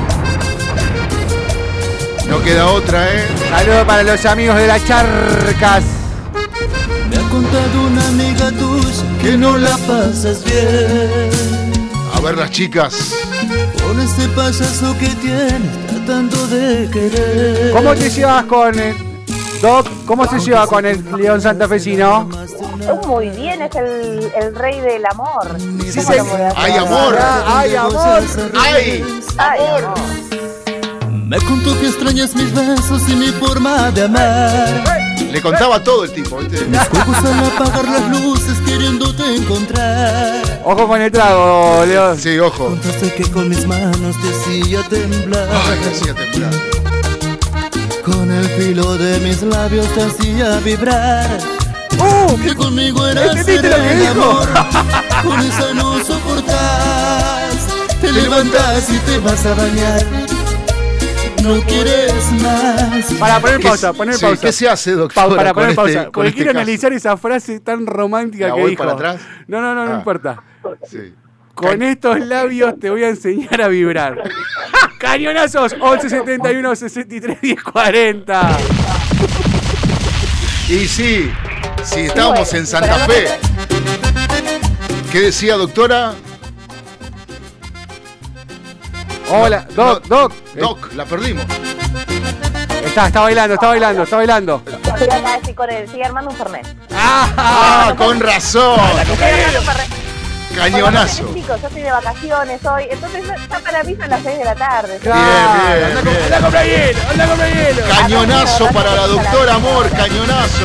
[SPEAKER 3] No queda otra, ¿eh?
[SPEAKER 2] Saludos para los amigos de las charcas.
[SPEAKER 5] Me ha contado una amiga tuya que no la pasas bien.
[SPEAKER 3] A ver las chicas.
[SPEAKER 5] Con ese payaso que tienes tratando de querer.
[SPEAKER 2] ¿Cómo te llevas con Doc? ¿Cómo se lleva con el león santafesino?
[SPEAKER 7] Muy bien, es el rey del amor.
[SPEAKER 3] Sí, ¡ay, amor!
[SPEAKER 2] ¡Ay, amor!
[SPEAKER 3] ¡Ay, amor!
[SPEAKER 5] Me contó que extrañas mis besos y mi forma de amar.
[SPEAKER 3] Le contaba todo el tipo, ¿viste?
[SPEAKER 5] Mis ojos al apagar las luces queriéndote encontrar.
[SPEAKER 2] Ojo con el trago, León.
[SPEAKER 3] Sí, ojo.
[SPEAKER 5] Contaste que con mis manos te hacía temblar.
[SPEAKER 3] Ay, te hacía temblar.
[SPEAKER 5] Con el filo de mis labios te hacía vibrar. Que conmigo eras el amor. Con esa no soportás. Te levantás y te vas a bañar. no quieres más.
[SPEAKER 2] Para poner pausa, poner
[SPEAKER 3] Sí,
[SPEAKER 2] pausa.
[SPEAKER 3] ¿qué se hace, doctora,
[SPEAKER 2] Para poner
[SPEAKER 3] con
[SPEAKER 2] pausa.
[SPEAKER 3] este- con
[SPEAKER 2] Porque
[SPEAKER 3] este
[SPEAKER 2] quiero
[SPEAKER 3] caso?
[SPEAKER 2] analizar esa frase tan romántica
[SPEAKER 3] ¿La
[SPEAKER 2] que
[SPEAKER 3] voy
[SPEAKER 2] dijo.
[SPEAKER 3] para atrás?
[SPEAKER 2] No
[SPEAKER 3] Ah.
[SPEAKER 2] importa.
[SPEAKER 3] Sí.
[SPEAKER 2] Con estos labios te voy a enseñar a vibrar. Cañonazos 11 71 63 10 40.
[SPEAKER 3] Y sí, estábamos
[SPEAKER 7] bueno,
[SPEAKER 3] en Santa
[SPEAKER 7] pero no
[SPEAKER 3] Fe. ¿Qué decía, doctora?
[SPEAKER 2] Hola, Doc,
[SPEAKER 3] No,
[SPEAKER 2] Doc.
[SPEAKER 3] Doc, la perdimos.
[SPEAKER 2] Está bailando.
[SPEAKER 7] Estoy acá, estoy armando un fernet.
[SPEAKER 3] Ah, con razón.
[SPEAKER 7] Estoy armando un fernet.
[SPEAKER 3] Cañonazo.
[SPEAKER 7] Bueno, chicos, yo estoy de vacaciones hoy, entonces ya para mí son las 6 de la tarde.
[SPEAKER 3] Bien.
[SPEAKER 2] Anda a comprar hielo.
[SPEAKER 3] Cañonazo para la doctora Amor, cañonazo.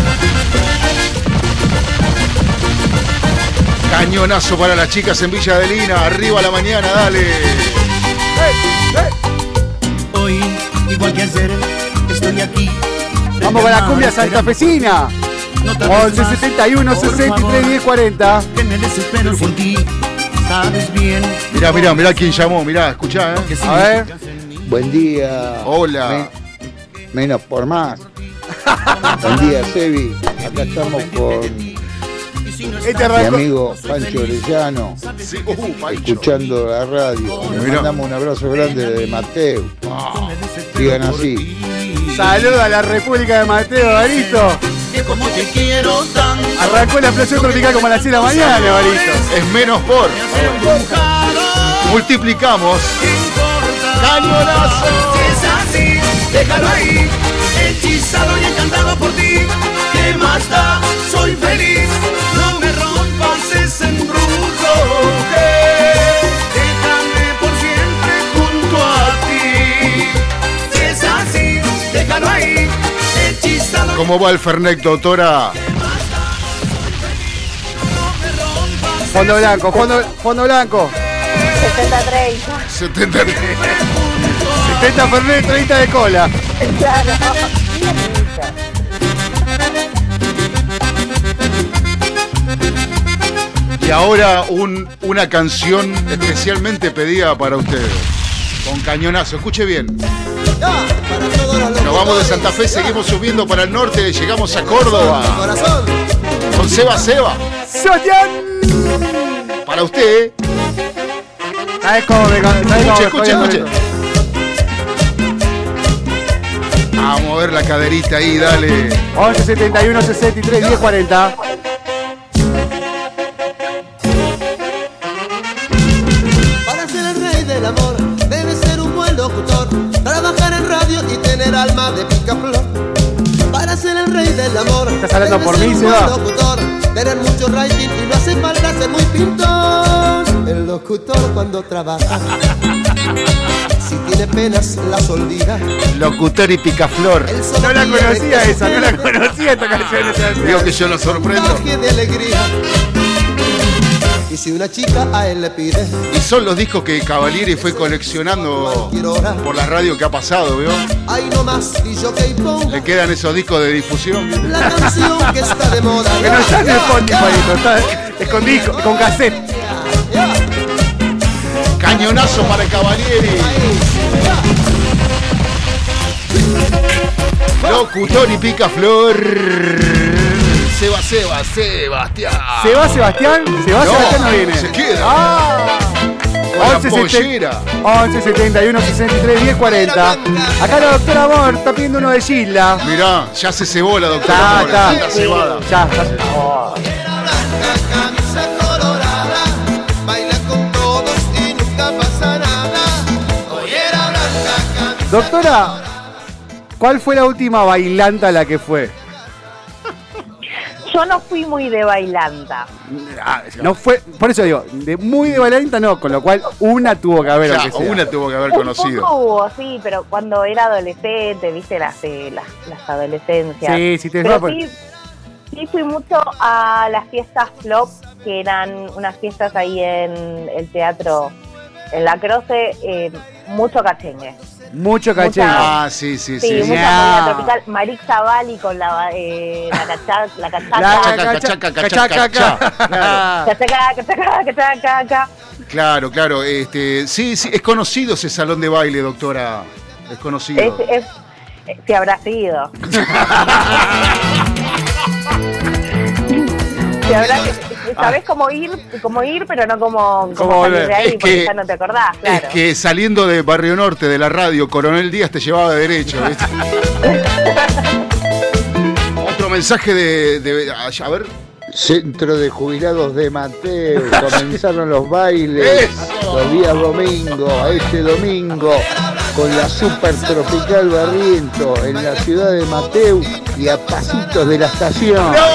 [SPEAKER 3] Cañonazo para las chicas en Villa Adelina. Arriba a la mañana, dale.
[SPEAKER 5] Hoy, igual que ayer, estoy aquí.
[SPEAKER 2] Vamos con la cumbia santafesina.
[SPEAKER 5] No tardes
[SPEAKER 2] 11
[SPEAKER 5] más,
[SPEAKER 2] 71
[SPEAKER 5] por
[SPEAKER 2] 63
[SPEAKER 5] favor,
[SPEAKER 2] 10 40.
[SPEAKER 5] que me desespero sin ti. Sabes bien.
[SPEAKER 3] Mirá quién llamó, mirá, escuchá,
[SPEAKER 5] que si
[SPEAKER 2] A ver.
[SPEAKER 8] Buen día.
[SPEAKER 3] Hola.
[SPEAKER 8] Menos por más. Buen día, Sebi. Acá estamos con
[SPEAKER 2] Este
[SPEAKER 8] mi
[SPEAKER 2] arrancó.
[SPEAKER 8] amigo Pancho Orellano,
[SPEAKER 3] Sí, Pancho.
[SPEAKER 8] escuchando la radio. Le
[SPEAKER 3] Mirá.
[SPEAKER 8] mandamos un abrazo grande de Mateo. Sigan así.
[SPEAKER 2] Saluda a la República de Mateo, Evaristo.
[SPEAKER 5] que como te quiero tanto.
[SPEAKER 2] Arrancó la explosión tropical como a las 6 de la mañana, Evaristo.
[SPEAKER 3] Es menos por. Multiplicamos. ¡Cañonazo!
[SPEAKER 5] Es así, déjalo ahí, hechizado y encantado por ti. ¿Qué más da? Soy feliz, no me rompas ese embrujo. Déjame por siempre junto a ti. Si es así, déjalo ahí, hechizado.
[SPEAKER 3] ¿Cómo va el Fernet, doctora?
[SPEAKER 2] Fondo blanco, fondo blanco.
[SPEAKER 7] 70-30.
[SPEAKER 3] 73.
[SPEAKER 2] 70 Fernet, 30 de cola.
[SPEAKER 7] Claro.
[SPEAKER 3] Y ahora una canción especialmente pedida para ustedes. Con cañonazo, escuche bien. Nos vamos de Santa Fe, seguimos subiendo para el norte, llegamos a Córdoba. Con Seba.
[SPEAKER 2] ¡Sotian!
[SPEAKER 3] Para usted.
[SPEAKER 2] ¿Sabes cómo me
[SPEAKER 3] Escuche. A mover la caderita ahí, dale.
[SPEAKER 2] 11 71 63 10 40.
[SPEAKER 9] Para ser el rey del amor, debes ser un buen locutor, trabajar en radio y tener alma de picaflor. Para ser el rey del amor,
[SPEAKER 2] ¿Estás hablando
[SPEAKER 9] debes
[SPEAKER 2] por
[SPEAKER 9] ser
[SPEAKER 2] mí,
[SPEAKER 9] un
[SPEAKER 2] Seba?
[SPEAKER 9] buen locutor, tener mucho rating y no hace falta ser muy pintor. El locutor cuando trabaja, si tiene penas las olvida.
[SPEAKER 3] Locutor y picaflor.
[SPEAKER 9] Él solo
[SPEAKER 2] No la
[SPEAKER 9] quiere
[SPEAKER 2] conocía
[SPEAKER 9] que
[SPEAKER 2] esa, no la conocía esta canción.
[SPEAKER 3] Digo que yo lo sorprendo.
[SPEAKER 9] contagie de alegría. Y si una chica a él le pide
[SPEAKER 3] Y son los discos que Cavalieri fue coleccionando por la radio que ha pasado, ¿vio?
[SPEAKER 9] ay no más y yo que ponga
[SPEAKER 3] Le quedan esos discos de difusión.
[SPEAKER 9] la canción que está de moda.
[SPEAKER 2] Que no está en el Spotify, está escondido, con cassette.
[SPEAKER 3] Cañonazo para Cavalieri. Locutor y picaflor. Sebastián.
[SPEAKER 2] ¿Se va Sebastián? Sebastián no viene.
[SPEAKER 3] Se queda.
[SPEAKER 2] Ah.
[SPEAKER 3] Con la
[SPEAKER 2] 11
[SPEAKER 3] pollera.
[SPEAKER 2] 11 71 63 10 40. Acá la doctora Amor está pidiendo uno de Gilda.
[SPEAKER 3] Mirá, ya se cebó la doctora. Amor,
[SPEAKER 2] Está.
[SPEAKER 3] está cebada.
[SPEAKER 2] Ya.
[SPEAKER 9] Camisa colorada, baila con todos y nunca pasa nada. Pollera blanca, camisa.
[SPEAKER 2] Doctora, ¿cuál fue la última bailanta a la que fue?
[SPEAKER 7] Yo no fui muy de bailanta.
[SPEAKER 2] No fue, por eso digo, muy de bailanta no, con lo cual una tuvo que haber.
[SPEAKER 3] Ya,
[SPEAKER 2] aunque sea.
[SPEAKER 3] una tuvo que haber
[SPEAKER 7] Un
[SPEAKER 3] conocido.
[SPEAKER 7] poco hubo, sí, pero cuando era adolescente, viste las adolescencias.
[SPEAKER 2] Sí, te
[SPEAKER 7] pero
[SPEAKER 2] fue.
[SPEAKER 7] sí fui mucho a las fiestas flop, que eran unas fiestas ahí en el teatro, en la Croce, mucho cachengue.
[SPEAKER 2] Mucho caché.
[SPEAKER 7] Mucha-
[SPEAKER 3] Ah, sí.
[SPEAKER 7] Sí,
[SPEAKER 3] sí.
[SPEAKER 7] mucha
[SPEAKER 2] Ya.
[SPEAKER 7] movida tropical. Marix Zavalli con la cachaca.
[SPEAKER 2] La
[SPEAKER 3] Cachaca.
[SPEAKER 7] Cachaca.
[SPEAKER 3] Claro. Sí, es conocido ese salón de baile, doctora. Es conocido.
[SPEAKER 7] Se habrá sido. Sabés cómo ir, pero no cómo salir de ahí, porque ya no te acordás, claro.
[SPEAKER 3] Es que saliendo de Barrio Norte de la radio, Coronel Díaz te llevaba de derecho, ¿viste? Otro mensaje a ver.
[SPEAKER 8] Centro de Jubilados de Mateo, comenzaron los bailes los días domingo, este domingo, con la Super Tropical Barriento en la ciudad de Mateo y a pasitos de la estación.
[SPEAKER 3] ¡No!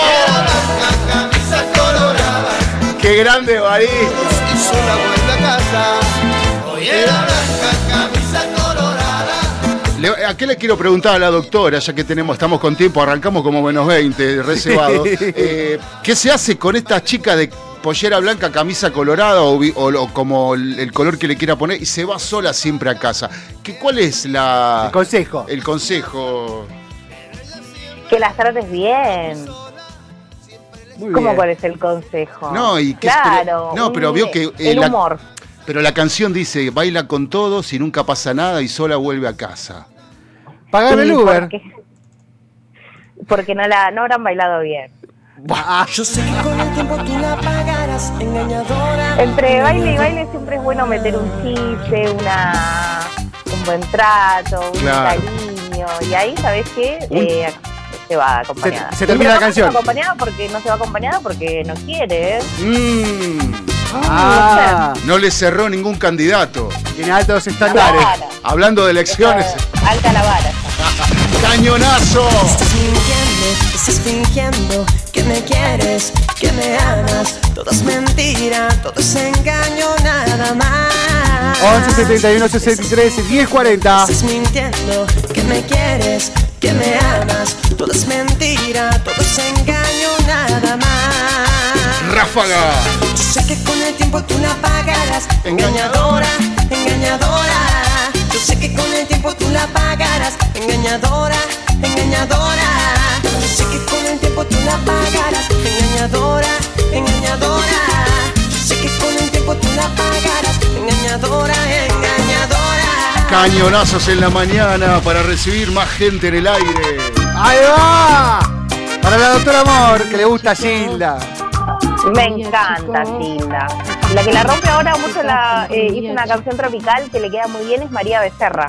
[SPEAKER 3] ¡Qué grande Barito!
[SPEAKER 9] Hizo la vuelta a casa, hoy era blanca camisa colorada.
[SPEAKER 3] ¿A qué le quiero preguntar a la doctora, ya que estamos con tiempo, arrancamos como menos 20, reservado? ¿Qué se hace con esta chica de pollera blanca, camisa colorada o como el color que le quiera poner y se va sola siempre a casa? ¿Cuál es el consejo? El consejo.
[SPEAKER 7] Que las trates bien. ¿Cómo cuál es el consejo?
[SPEAKER 3] No, pero vio que
[SPEAKER 7] el humor.
[SPEAKER 3] Pero la canción dice, baila con todos y nunca pasa nada y sola vuelve a casa.
[SPEAKER 2] Pagar el Uber.
[SPEAKER 7] Porque no habrán bailado bien.
[SPEAKER 9] Yo sé que con el tiempo tú la pagarás, engañadora.
[SPEAKER 7] Entre baile y baile siempre es bueno meter un chiste, un buen trato, un cariño. Y ahí, ¿sabés qué? Se va acompañada.
[SPEAKER 2] Se termina la canción.
[SPEAKER 7] No se va acompañada porque no quiere.
[SPEAKER 3] No le cerró ningún candidato.
[SPEAKER 2] Tiene altos estándares.
[SPEAKER 3] Hablando de elecciones.
[SPEAKER 7] Alta la vara.
[SPEAKER 3] ¡Cañonazo!
[SPEAKER 6] Estás fingiendo que me quieres, que me amas. Todo es mentira, todo es engaño, nada más.
[SPEAKER 2] 11 71 63 10 40.
[SPEAKER 6] Estás mintiendo que me quieres, que me amas. Todo es mentira, todo es engaño, nada más.
[SPEAKER 3] ¡Ráfaga!
[SPEAKER 6] Yo sé que con el tiempo tú la pagarás, engañadora, engañadora. Yo sé que con el tiempo tú la pagarás, engañadora, engañadora. Yo sé que con el tiempo tú la pagarás, engañadora, engañadora. Yo sé que con el tiempo tú la pagarás, engañadora, engañadora.
[SPEAKER 3] Cañonazos en la mañana para recibir más gente en el aire.
[SPEAKER 2] ¡Ahí va! Para la doctora Amor, que le gusta a Gilda.
[SPEAKER 7] Me encanta Gilda. La que la rompe ahora mucho, hizo una canción tropical que le queda muy bien, es María Becerra.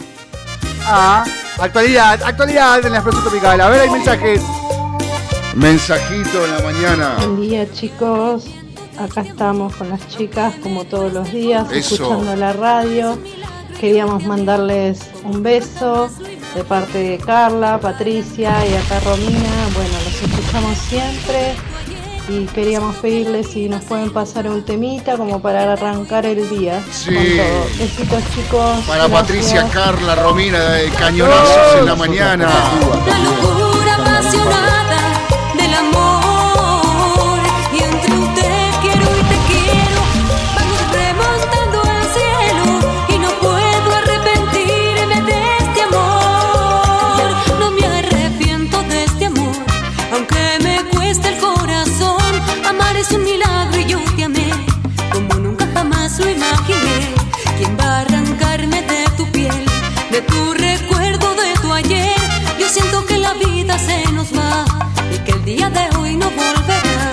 [SPEAKER 2] Actualidad en la explosión tropical. A ver, hay mensajes.
[SPEAKER 3] Mensajito en la mañana.
[SPEAKER 10] Buen día, chicos. Acá estamos con las chicas como todos los días, escuchando la radio. Queríamos mandarles un beso de parte de Carla, Patricia y acá Romina. Bueno, los escuchamos siempre y queríamos pedirles si nos pueden pasar un temita como para arrancar el día.
[SPEAKER 3] Sí.
[SPEAKER 10] Con todo. Besitos, chicos.
[SPEAKER 3] Para
[SPEAKER 10] gracias.
[SPEAKER 3] Patricia, Carla, Romina, de Cañonazos en la mañana.
[SPEAKER 6] La locura apasionada del amor. Y entre un te quiero y te quiero, vamos remontando al cielo. Y no puedo arrepentirme de este amor. No me arrepiento de este amor, aunque me cueste el corazón. Amar es un milagro y yo te amé como nunca jamás lo imaginé. ¿Quién va a arrancarme de tu piel, de tu recuerdo, de tu ayer? Yo siento que la vida se nos va y que el día de hoy no volverá.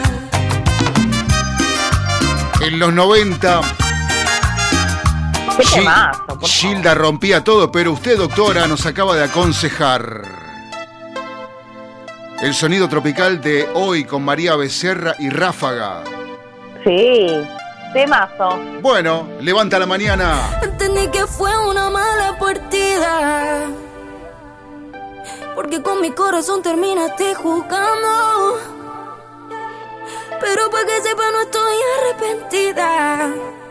[SPEAKER 3] En los 90, Gilda rompía todo, pero usted, doctora, nos acaba de aconsejar el sonido tropical de hoy con María Becerra y Ráfaga.
[SPEAKER 7] Sí, temazo.
[SPEAKER 3] Bueno, levanta la mañana.
[SPEAKER 6] Entendí que fue una mala partida, porque con mi corazón terminaste jugando. Pero para que sepa no estoy arrepentida,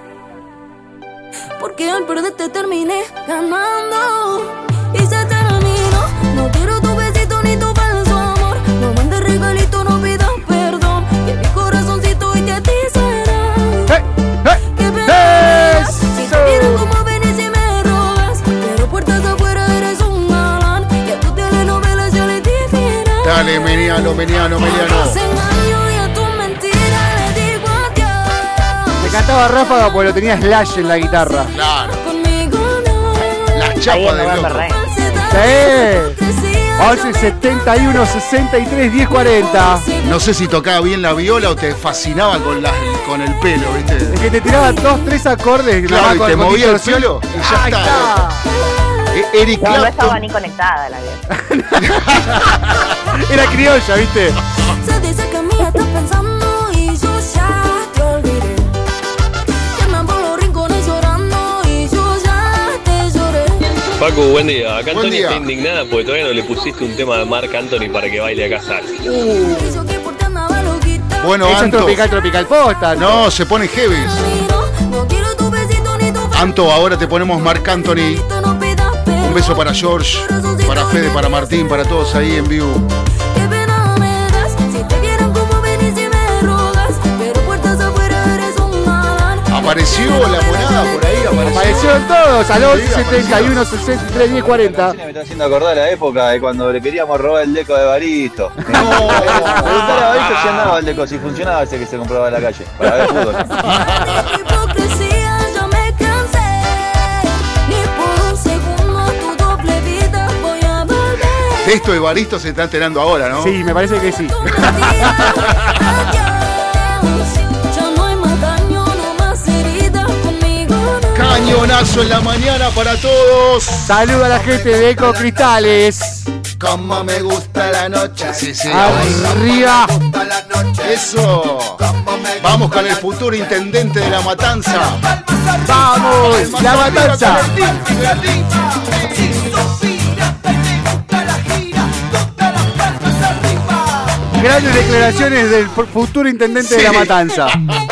[SPEAKER 6] porque al perderte terminé ganando. Y se terminó, no quiero tu besito ni tu falso amor. No mandes regalito, no pidas perdón, que mi corazoncito hoy te ti será. Que verás, si te miran como venís y me robas, pero puertas afuera eres un galán, y a tu telenovela ya le di final.
[SPEAKER 3] Dale, Meniano.
[SPEAKER 2] Me cantaba Ráfaga porque lo tenía Slash en la guitarra.
[SPEAKER 3] Claro. La chapa del loco.
[SPEAKER 2] Sí. 11 71 63 10 40.
[SPEAKER 3] No sé si tocaba bien la viola o te fascinaba con el pelo, ¿viste?
[SPEAKER 2] Es que te tiraba 2, 3 acordes.
[SPEAKER 3] Claro, y te movía el pelo y ya
[SPEAKER 2] Ahí
[SPEAKER 3] está. Eric
[SPEAKER 7] No, no
[SPEAKER 3] Clapton.
[SPEAKER 7] estaba ni conectada la vieja.
[SPEAKER 2] Era criolla, ¿viste?
[SPEAKER 6] Se dice que a mí estás pensando y yo ya te olvidé. Que andan por los rincones llorando y yo ya te lloré.
[SPEAKER 11] Paco, buen día. Acá
[SPEAKER 3] Buen
[SPEAKER 11] Antonio
[SPEAKER 3] día.
[SPEAKER 11] está indignada porque todavía no le pusiste un tema de Marc Anthony para que baile acá sal.
[SPEAKER 6] Y yo que por ti andaba loquita.
[SPEAKER 3] Bueno,
[SPEAKER 2] Eso es
[SPEAKER 3] Anto.
[SPEAKER 2] tropical posta.
[SPEAKER 3] No, se pone heavy.
[SPEAKER 6] No quiero tu besito ni tu
[SPEAKER 3] Anto, ahora te ponemos Marc Anthony.
[SPEAKER 6] no pidas
[SPEAKER 3] Un beso para George, para Fede, para Martín, para todos ahí en vivo.
[SPEAKER 6] qué pena me das. Si te vieran como venís y me rogas, pero puertas afuera eres un galán.
[SPEAKER 3] Apareció la monada por ahí,
[SPEAKER 2] Aparecieron todos al 11 71 63 10 40.
[SPEAKER 12] Me está haciendo acordar la época de cuando le queríamos robar el deco de Baristo. Preguntale a Baristo si andaba el deco, si funcionaba ese que se compraba en la calle para ver fútbol.
[SPEAKER 6] Tu hipocresía ya me cansé. Ni por un segundo tu doble vida voy a volver.
[SPEAKER 3] De esto Evaristo se está enterando ahora, ¿no?
[SPEAKER 2] Sí, me parece que sí.
[SPEAKER 6] Ya no hay más daño, no más heridas conmigo. No.
[SPEAKER 3] Cañonazo en la mañana para todos.
[SPEAKER 2] Saluda a la gente de Eco Cristales.
[SPEAKER 3] Como me gusta la noche. Sí, sí.
[SPEAKER 2] Arriba.
[SPEAKER 3] Eso. Vamos con el futuro intendente de La Matanza.
[SPEAKER 2] Vamos, La Matanza. Grandes declaraciones del futuro intendente de La Matanza.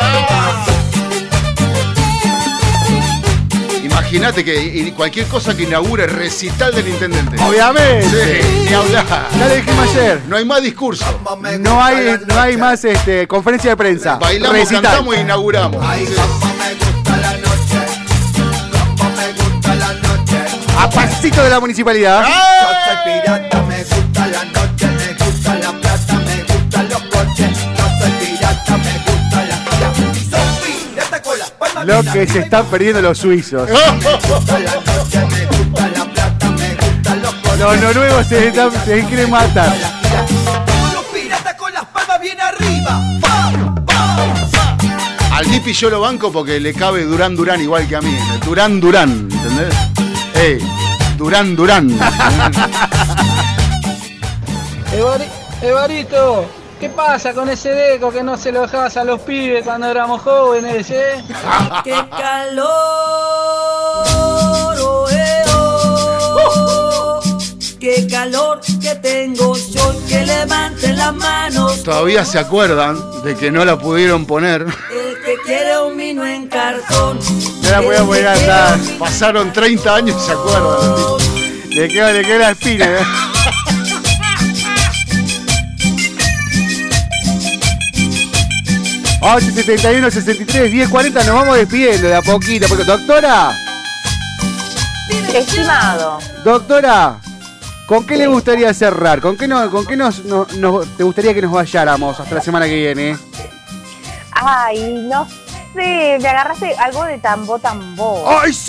[SPEAKER 3] Imagínate que cualquier cosa que inaugure recital del intendente.
[SPEAKER 2] Obviamente.
[SPEAKER 3] Sí, ni hablar.
[SPEAKER 2] Ya le dijimos ayer.
[SPEAKER 3] No hay más discurso.
[SPEAKER 2] No hay más conferencia de prensa.
[SPEAKER 3] Bailamos,
[SPEAKER 2] Recital.
[SPEAKER 3] cantamos e inauguramos. Sí.
[SPEAKER 2] A pasito de la municipalidad. Lo que se están perdiendo los suizos. Los noruegos se quieren matar.
[SPEAKER 3] Al Dipi yo lo banco porque le cabe Durán Durán igual que a mí. Durán Durán, ¿entendés? Durán Durán.
[SPEAKER 13] Evarito, ¿qué pasa con ese deco que no se lo dejabas a los pibes cuando éramos jóvenes, eh?
[SPEAKER 6] ¡Qué calor! Oh, oh. ¡Qué calor que tengo yo! Que levanten las manos.
[SPEAKER 3] Todavía se acuerdan de que no la pudieron poner.
[SPEAKER 6] El que quiere un vino en cartón.
[SPEAKER 2] No la voy a poder andar.
[SPEAKER 3] Pasaron 30 años y se acuerdan.
[SPEAKER 2] Le queda el pine, ¿eh? ...8 71 63 10 40... nos vamos despidiendo de a poquito, porque doctora,
[SPEAKER 7] Estimado.
[SPEAKER 2] doctora, ¿con qué le gustaría cerrar? ¿Con qué te gustaría que nos vayáramos hasta la semana que viene?
[SPEAKER 7] Ay, no sé, me agarraste algo de tambo.
[SPEAKER 2] ¡Ay, sí!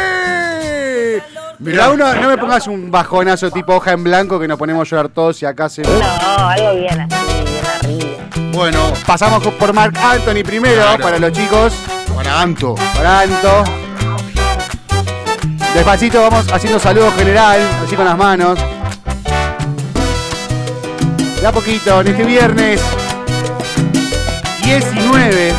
[SPEAKER 2] Mirá, no me pongas un bajonazo tipo hoja en blanco que nos ponemos a llorar todos y acá se...
[SPEAKER 7] No, algo bien así, bien arriba.
[SPEAKER 3] Bueno,
[SPEAKER 2] pasamos por Marc Anthony primero, claro, para los chicos.
[SPEAKER 3] Para Anto.
[SPEAKER 2] Para Anto. Despacito vamos haciendo saludo general, así con las manos. De a poquito, en este viernes 19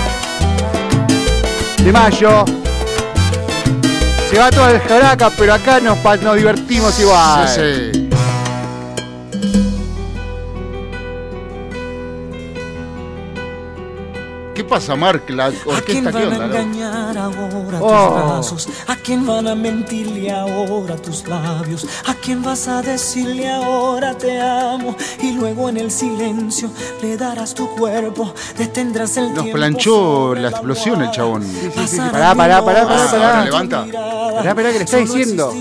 [SPEAKER 2] de mayo. Se va toda la jaraca, pero acá nos divertimos igual.
[SPEAKER 3] Sí, sí. ¿Qué pasa, Marc? La orquesta, ¿qué onda?
[SPEAKER 5] Engañar ahora
[SPEAKER 2] Oh.
[SPEAKER 5] tus brazos? ¿A quién van a mentirle ahora tus labios? ¿A quién vas a decirle ahora te amo? Y luego en el silencio le darás tu cuerpo, detendrás el
[SPEAKER 3] Nos
[SPEAKER 5] tiempo.
[SPEAKER 3] planchó la explosión el chabón.
[SPEAKER 2] Sí. Pará.
[SPEAKER 3] Ahora levanta.
[SPEAKER 2] Pará, ¿qué le está diciendo?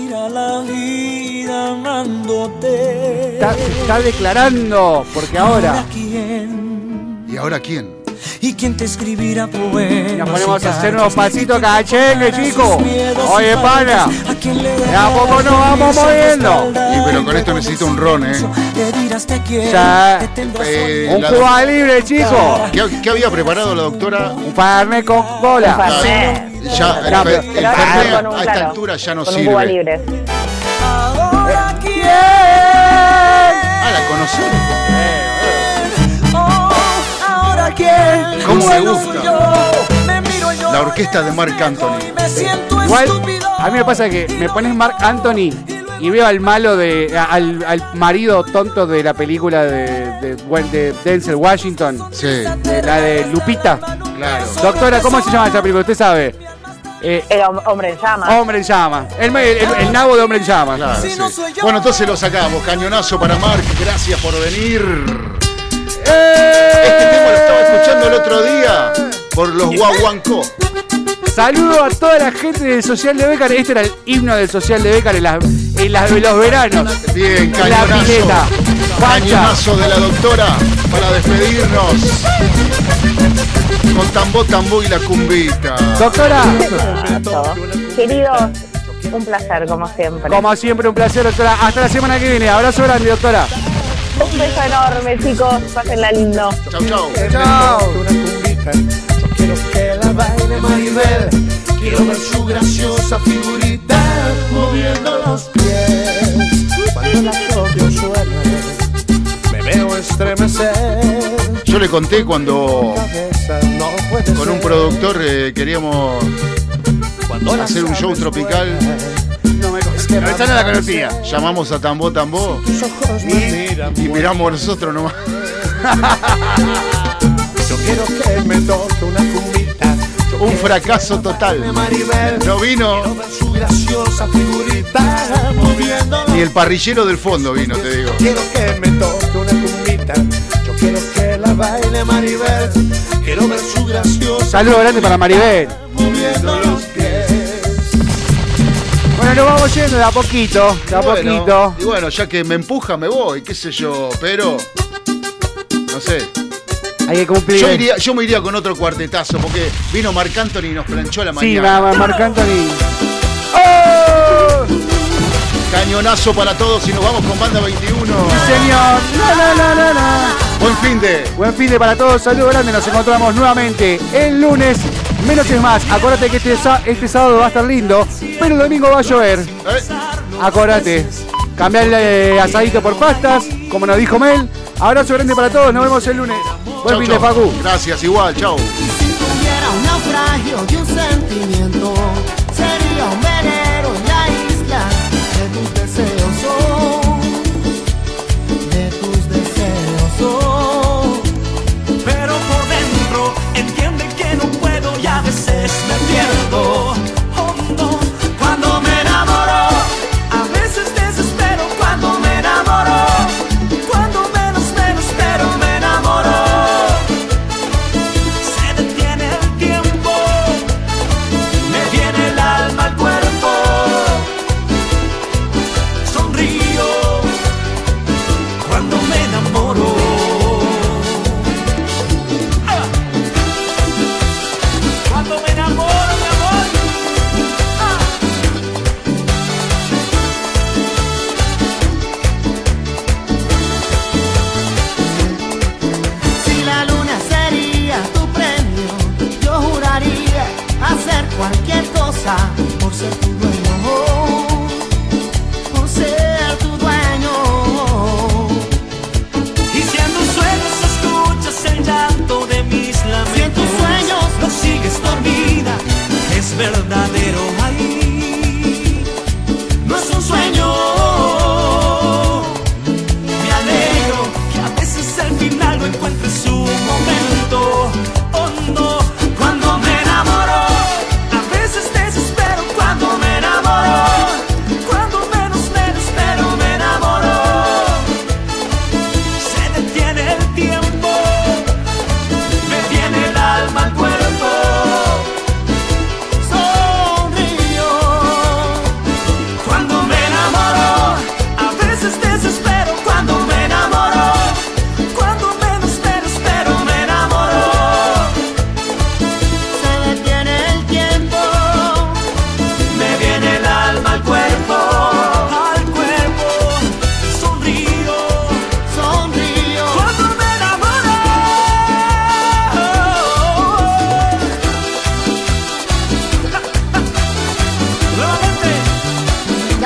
[SPEAKER 2] Está declarando, porque ahora...
[SPEAKER 3] ¿Y ahora quién?
[SPEAKER 5] ¿Y quién te escribirá poemas?
[SPEAKER 2] Nos ponemos a hacer unos pasitos cachengue, chicos. Oye, pana, de a poco nos vamos moviendo.
[SPEAKER 3] Sí, pero con esto necesito un ron,
[SPEAKER 2] Ya. Un Cuba libre, chicos.
[SPEAKER 3] ¿Qué había preparado la doctora?
[SPEAKER 2] Un fernet con cola.
[SPEAKER 3] Ya, el fernet a esta altura ya no sirve.
[SPEAKER 7] Un Cuba libre.
[SPEAKER 3] Ah, la conocí.
[SPEAKER 5] Ahora quién.
[SPEAKER 3] ¿Cómo me gusta? La orquesta de Marc Anthony.
[SPEAKER 2] Igual, a mí me pasa que me pones Marc Anthony y veo al malo al marido tonto de la película de Denzel Washington.
[SPEAKER 3] Sí.
[SPEAKER 2] La de Lupita.
[SPEAKER 3] Claro.
[SPEAKER 2] Doctora, ¿cómo se llama esa película? Usted sabe.
[SPEAKER 7] Era Hombre en Llamas.
[SPEAKER 2] Hombre en Llamas. El nabo de Hombre en Llamas.
[SPEAKER 3] Claro, sí. Bueno, entonces lo sacamos. Cañonazo para Marc. Gracias por venir. Este tema lo estaba escuchando el otro día por los Guaguancó.
[SPEAKER 2] Saludo a toda la gente del Social de Bécar. Este era el himno del Social de Bécar en los veranos.
[SPEAKER 3] Bien,
[SPEAKER 2] la pileta.
[SPEAKER 3] Cañonazo de la doctora para despedirnos. Con Tambó Tambó y la cumbita.
[SPEAKER 2] Doctora.
[SPEAKER 7] Queridos, un placer como siempre.
[SPEAKER 2] Como siempre, un placer, doctora. Hasta la semana que viene. Abrazo grande, doctora.
[SPEAKER 7] Un beso enorme, chicos. Pásenla lindo.
[SPEAKER 3] Chau, chau.
[SPEAKER 2] Chau.
[SPEAKER 9] Quiero que la baile Maribel. Quiero ver su graciosa figurita moviendo los pies. Cuando el acordeón suena, me veo estremecer.
[SPEAKER 3] Yo le conté cuando con un productor queríamos hacer un show tropical.
[SPEAKER 2] Esa no la conocía.
[SPEAKER 3] Llamamos a Tambó Tambó y miramos nosotros nomás.
[SPEAKER 9] Yo quiero que me toque una cumbita.
[SPEAKER 3] Un fracaso total. No vino
[SPEAKER 9] Su graciosa figurita moviendo.
[SPEAKER 3] ni el parrillero del fondo vino, te digo.
[SPEAKER 9] Quiero que me toque una cumbita. Yo quiero que la baile Maribel. Quiero ver su graciosa.
[SPEAKER 2] Saludo grande para Maribel.
[SPEAKER 9] Moviendo los pies.
[SPEAKER 2] Bueno, nos vamos yendo de a poquito, poquito.
[SPEAKER 3] Y bueno, ya que me empuja, me voy, qué sé yo, pero no sé.
[SPEAKER 2] Hay que cumplir.
[SPEAKER 3] Yo me iría con otro cuartetazo, porque vino Marc Anthony y nos planchó la
[SPEAKER 2] Sí,
[SPEAKER 3] mañana.
[SPEAKER 2] Marc Anthony.
[SPEAKER 3] ¡Oh! Cañonazo para todos y nos vamos con Banda 21.
[SPEAKER 2] Sí, señor. Buen fin de para todos. Saludos grandes. Nos encontramos nuevamente el lunes. Menos es más. Acordate que este sábado va a estar lindo, pero el domingo va a llover. Acordate. Cambiar el asadito por pastas, como nos dijo Mel. Abrazo grande para todos. Nos vemos el lunes. Buen fin de Facu.
[SPEAKER 3] Gracias, igual. Chau.
[SPEAKER 9] Si tuviera un naufragio de un sentimiento, sería un velero en la isla de tus deseos. De tus deseos.
[SPEAKER 5] Pero por dentro entiende que no puedo y a veces me pierdo. Oh, no. Cuando me enamoro, a veces desespero. Cuando me enamoro, cuando menos pero me enamoro. Se detiene el tiempo, me viene el alma al cuerpo.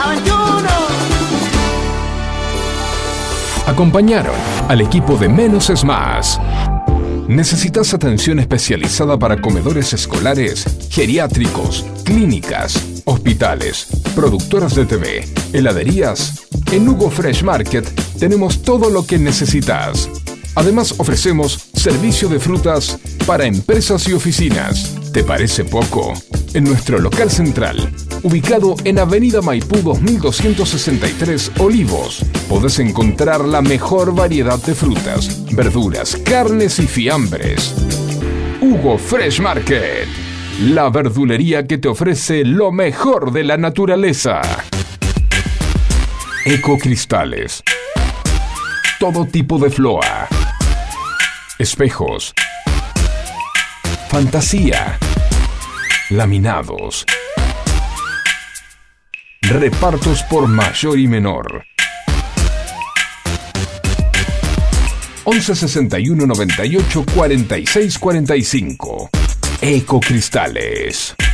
[SPEAKER 9] La 21.
[SPEAKER 1] Acompañaron al equipo de Menos es Más. ¿Necesitas atención especializada para comedores escolares, geriátricos, clínicas, hospitales, productoras de TV, heladerías? En Hugo Fresh Market tenemos todo lo que necesitas. Además ofrecemos servicio de frutas para empresas y oficinas. ¿Te parece poco? En nuestro local central, ubicado en Avenida Maipú 2263 Olivos, podés encontrar la mejor variedad de frutas, verduras, carnes y fiambres. Hugo Fresh Market, la verdulería que te ofrece lo mejor de la naturaleza. Ecocristales, todo tipo de floa, espejos, fantasía, laminados, repartos por mayor y menor. 11 61 98 46 45. Ecocristales.